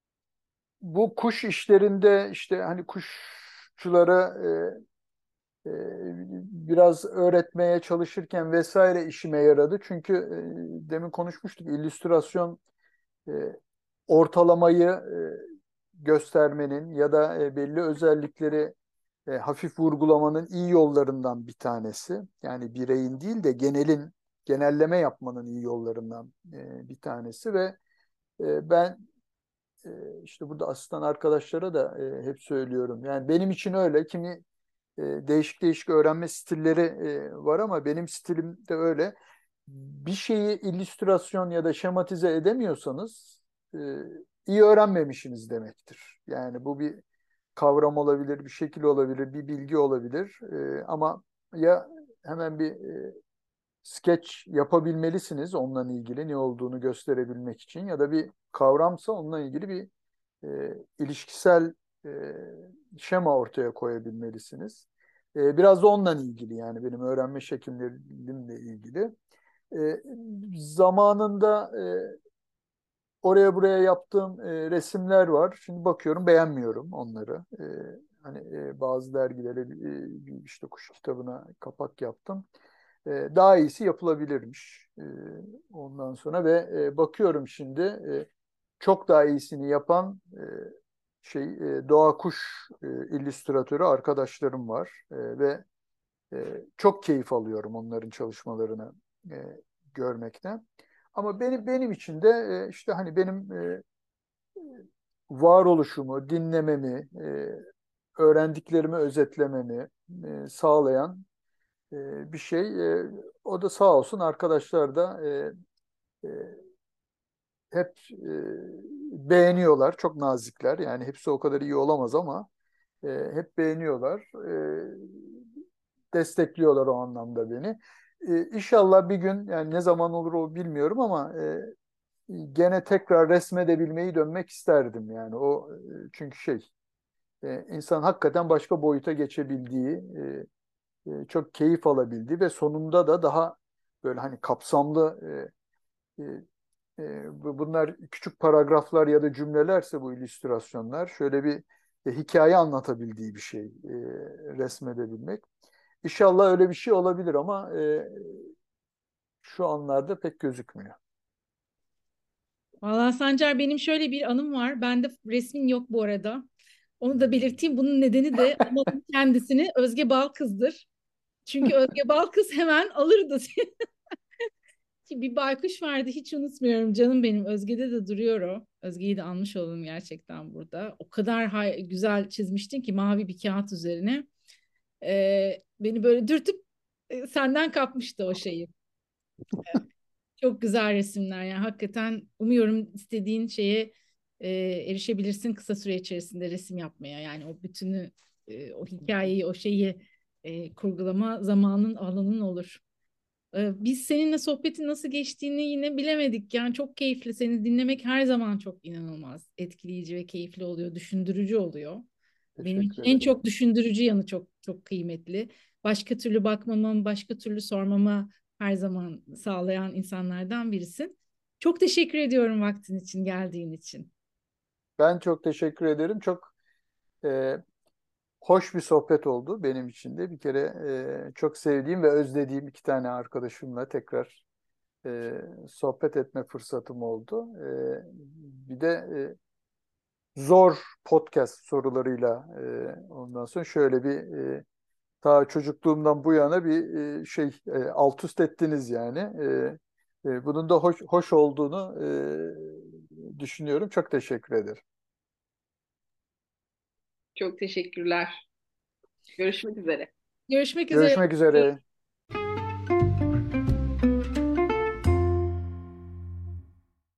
bu kuş işlerinde işte hani kuşçulara e, e, biraz öğretmeye çalışırken vesaire işime yaradı. Çünkü e, demin konuşmuştuk illüstrasyon e, ortalamayı e, göstermenin ya da e, belli özellikleri e, hafif vurgulamanın iyi yollarından bir tanesi. Yani bireyin değil de genelin genelleme yapmanın iyi yollarından e, bir tanesi ve e, ben e, işte burada asistan arkadaşlara da e, hep söylüyorum. Yani benim için öyle. Kimi e, değişik değişik öğrenme stilleri e, var ama benim stilim de öyle. Bir şeyi illüstrasyon ya da şematize edemiyorsanız e, iyi öğrenmemişsiniz demektir. Yani bu bir kavram olabilir, bir şekil olabilir, bir bilgi olabilir. E, ama ya hemen bir e, skeç yapabilmelisiniz onunla ilgili ne olduğunu gösterebilmek için ya da bir kavramsa onunla ilgili bir e, ilişkisel e, şema ortaya koyabilmelisiniz. E, biraz da onunla ilgili yani benim öğrenme şekillerimle ilgili. E, zamanında e, oraya buraya yaptığım e, resimler var. Şimdi bakıyorum beğenmiyorum onları. E, hani e, bazı dergilere e, bir işte kuş kitabına kapak yaptım. e, daha iyisi yapılabilirmiş. E, ondan sonra ve e, bakıyorum şimdi e, çok daha iyisini yapan e, şey e, doğa kuş e, illüstratörü arkadaşlarım var e, ve e, çok keyif alıyorum onların çalışmalarını e, görmekten. Ama benim benim için de e, işte hani benim e, varoluşumu, dinlememi, e, öğrendiklerimi özetlememi e, sağlayan e, bir şey. E, o da sağ olsun arkadaşlar da e, e, hep e, beğeniyorlar. Çok nazikler. Yani hepsi o kadar iyi olamaz ama e, hep beğeniyorlar. E, destekliyorlar o anlamda beni. E, İnşallah bir gün yani ne zaman olur o bilmiyorum ama e, gene tekrar resmedebilmeyi dönmek isterdim yani o e, çünkü şey e, insan hakikaten başka boyuta geçebildiği e, e, çok keyif alabildiği ve sonunda da daha böyle hani kapsamlı e, e, e, bunlar küçük paragraflar ya da cümlelerse bu illüstrasyonlar şöyle bir e, hikaye anlatabildiği bir şey e, resmedebilmek. İnşallah öyle bir şey olabilir ama e, şu anlarda pek gözükmüyor. Valla Sancar, benim şöyle bir anım var. Bende resmin yok bu arada. Onu da belirteyim. Bunun nedeni de Anıl'ın kendisini Özge Balkız'dır. Çünkü Özge Balkız hemen alırdı. Bir baykuş vardı, hiç unutmuyorum, canım benim. Özge'de de duruyor o. Özge'yi de almış olalım gerçekten burada. O kadar hay- güzel çizmiştin ki mavi bir kağıt üzerine. Ee, beni böyle dürtüp e, senden kapmıştı o şeyi. Çok güzel resimler yani, hakikaten umuyorum istediğin şeye e, erişebilirsin kısa süre içerisinde resim yapmaya. Yani o bütünü, e, o hikayeyi, o şeyi e, kurgulama zamanın, alanın olur. E, biz seninle sohbetin nasıl geçtiğini yine bilemedik. Yani çok keyifli. Seni dinlemek her zaman çok inanılmaz etkileyici ve keyifli oluyor, düşündürücü oluyor. Benim için Teşekkür en ederim. çok düşündürücü yanı çok çok kıymetli. Başka türlü bakmamam, başka türlü sormama her zaman sağlayan insanlardan birisin. Çok teşekkür ediyorum vaktin için, geldiğin için. Ben çok teşekkür ederim. Çok e, hoş bir sohbet oldu benim için de. Bir kere e, çok sevdiğim ve özlediğim iki tane arkadaşımla tekrar e, sohbet etme fırsatım oldu. E, bir de e, zor podcast sorularıyla e, ondan sonra şöyle bir e, ta çocukluğumdan bu yana bir e, şey e, alt üst ettiniz yani. E, e, bunun da hoş, hoş olduğunu e, düşünüyorum. Çok teşekkür ederim. Çok teşekkürler. Görüşmek üzere. Görüşmek üzere. Görüşmek üzere.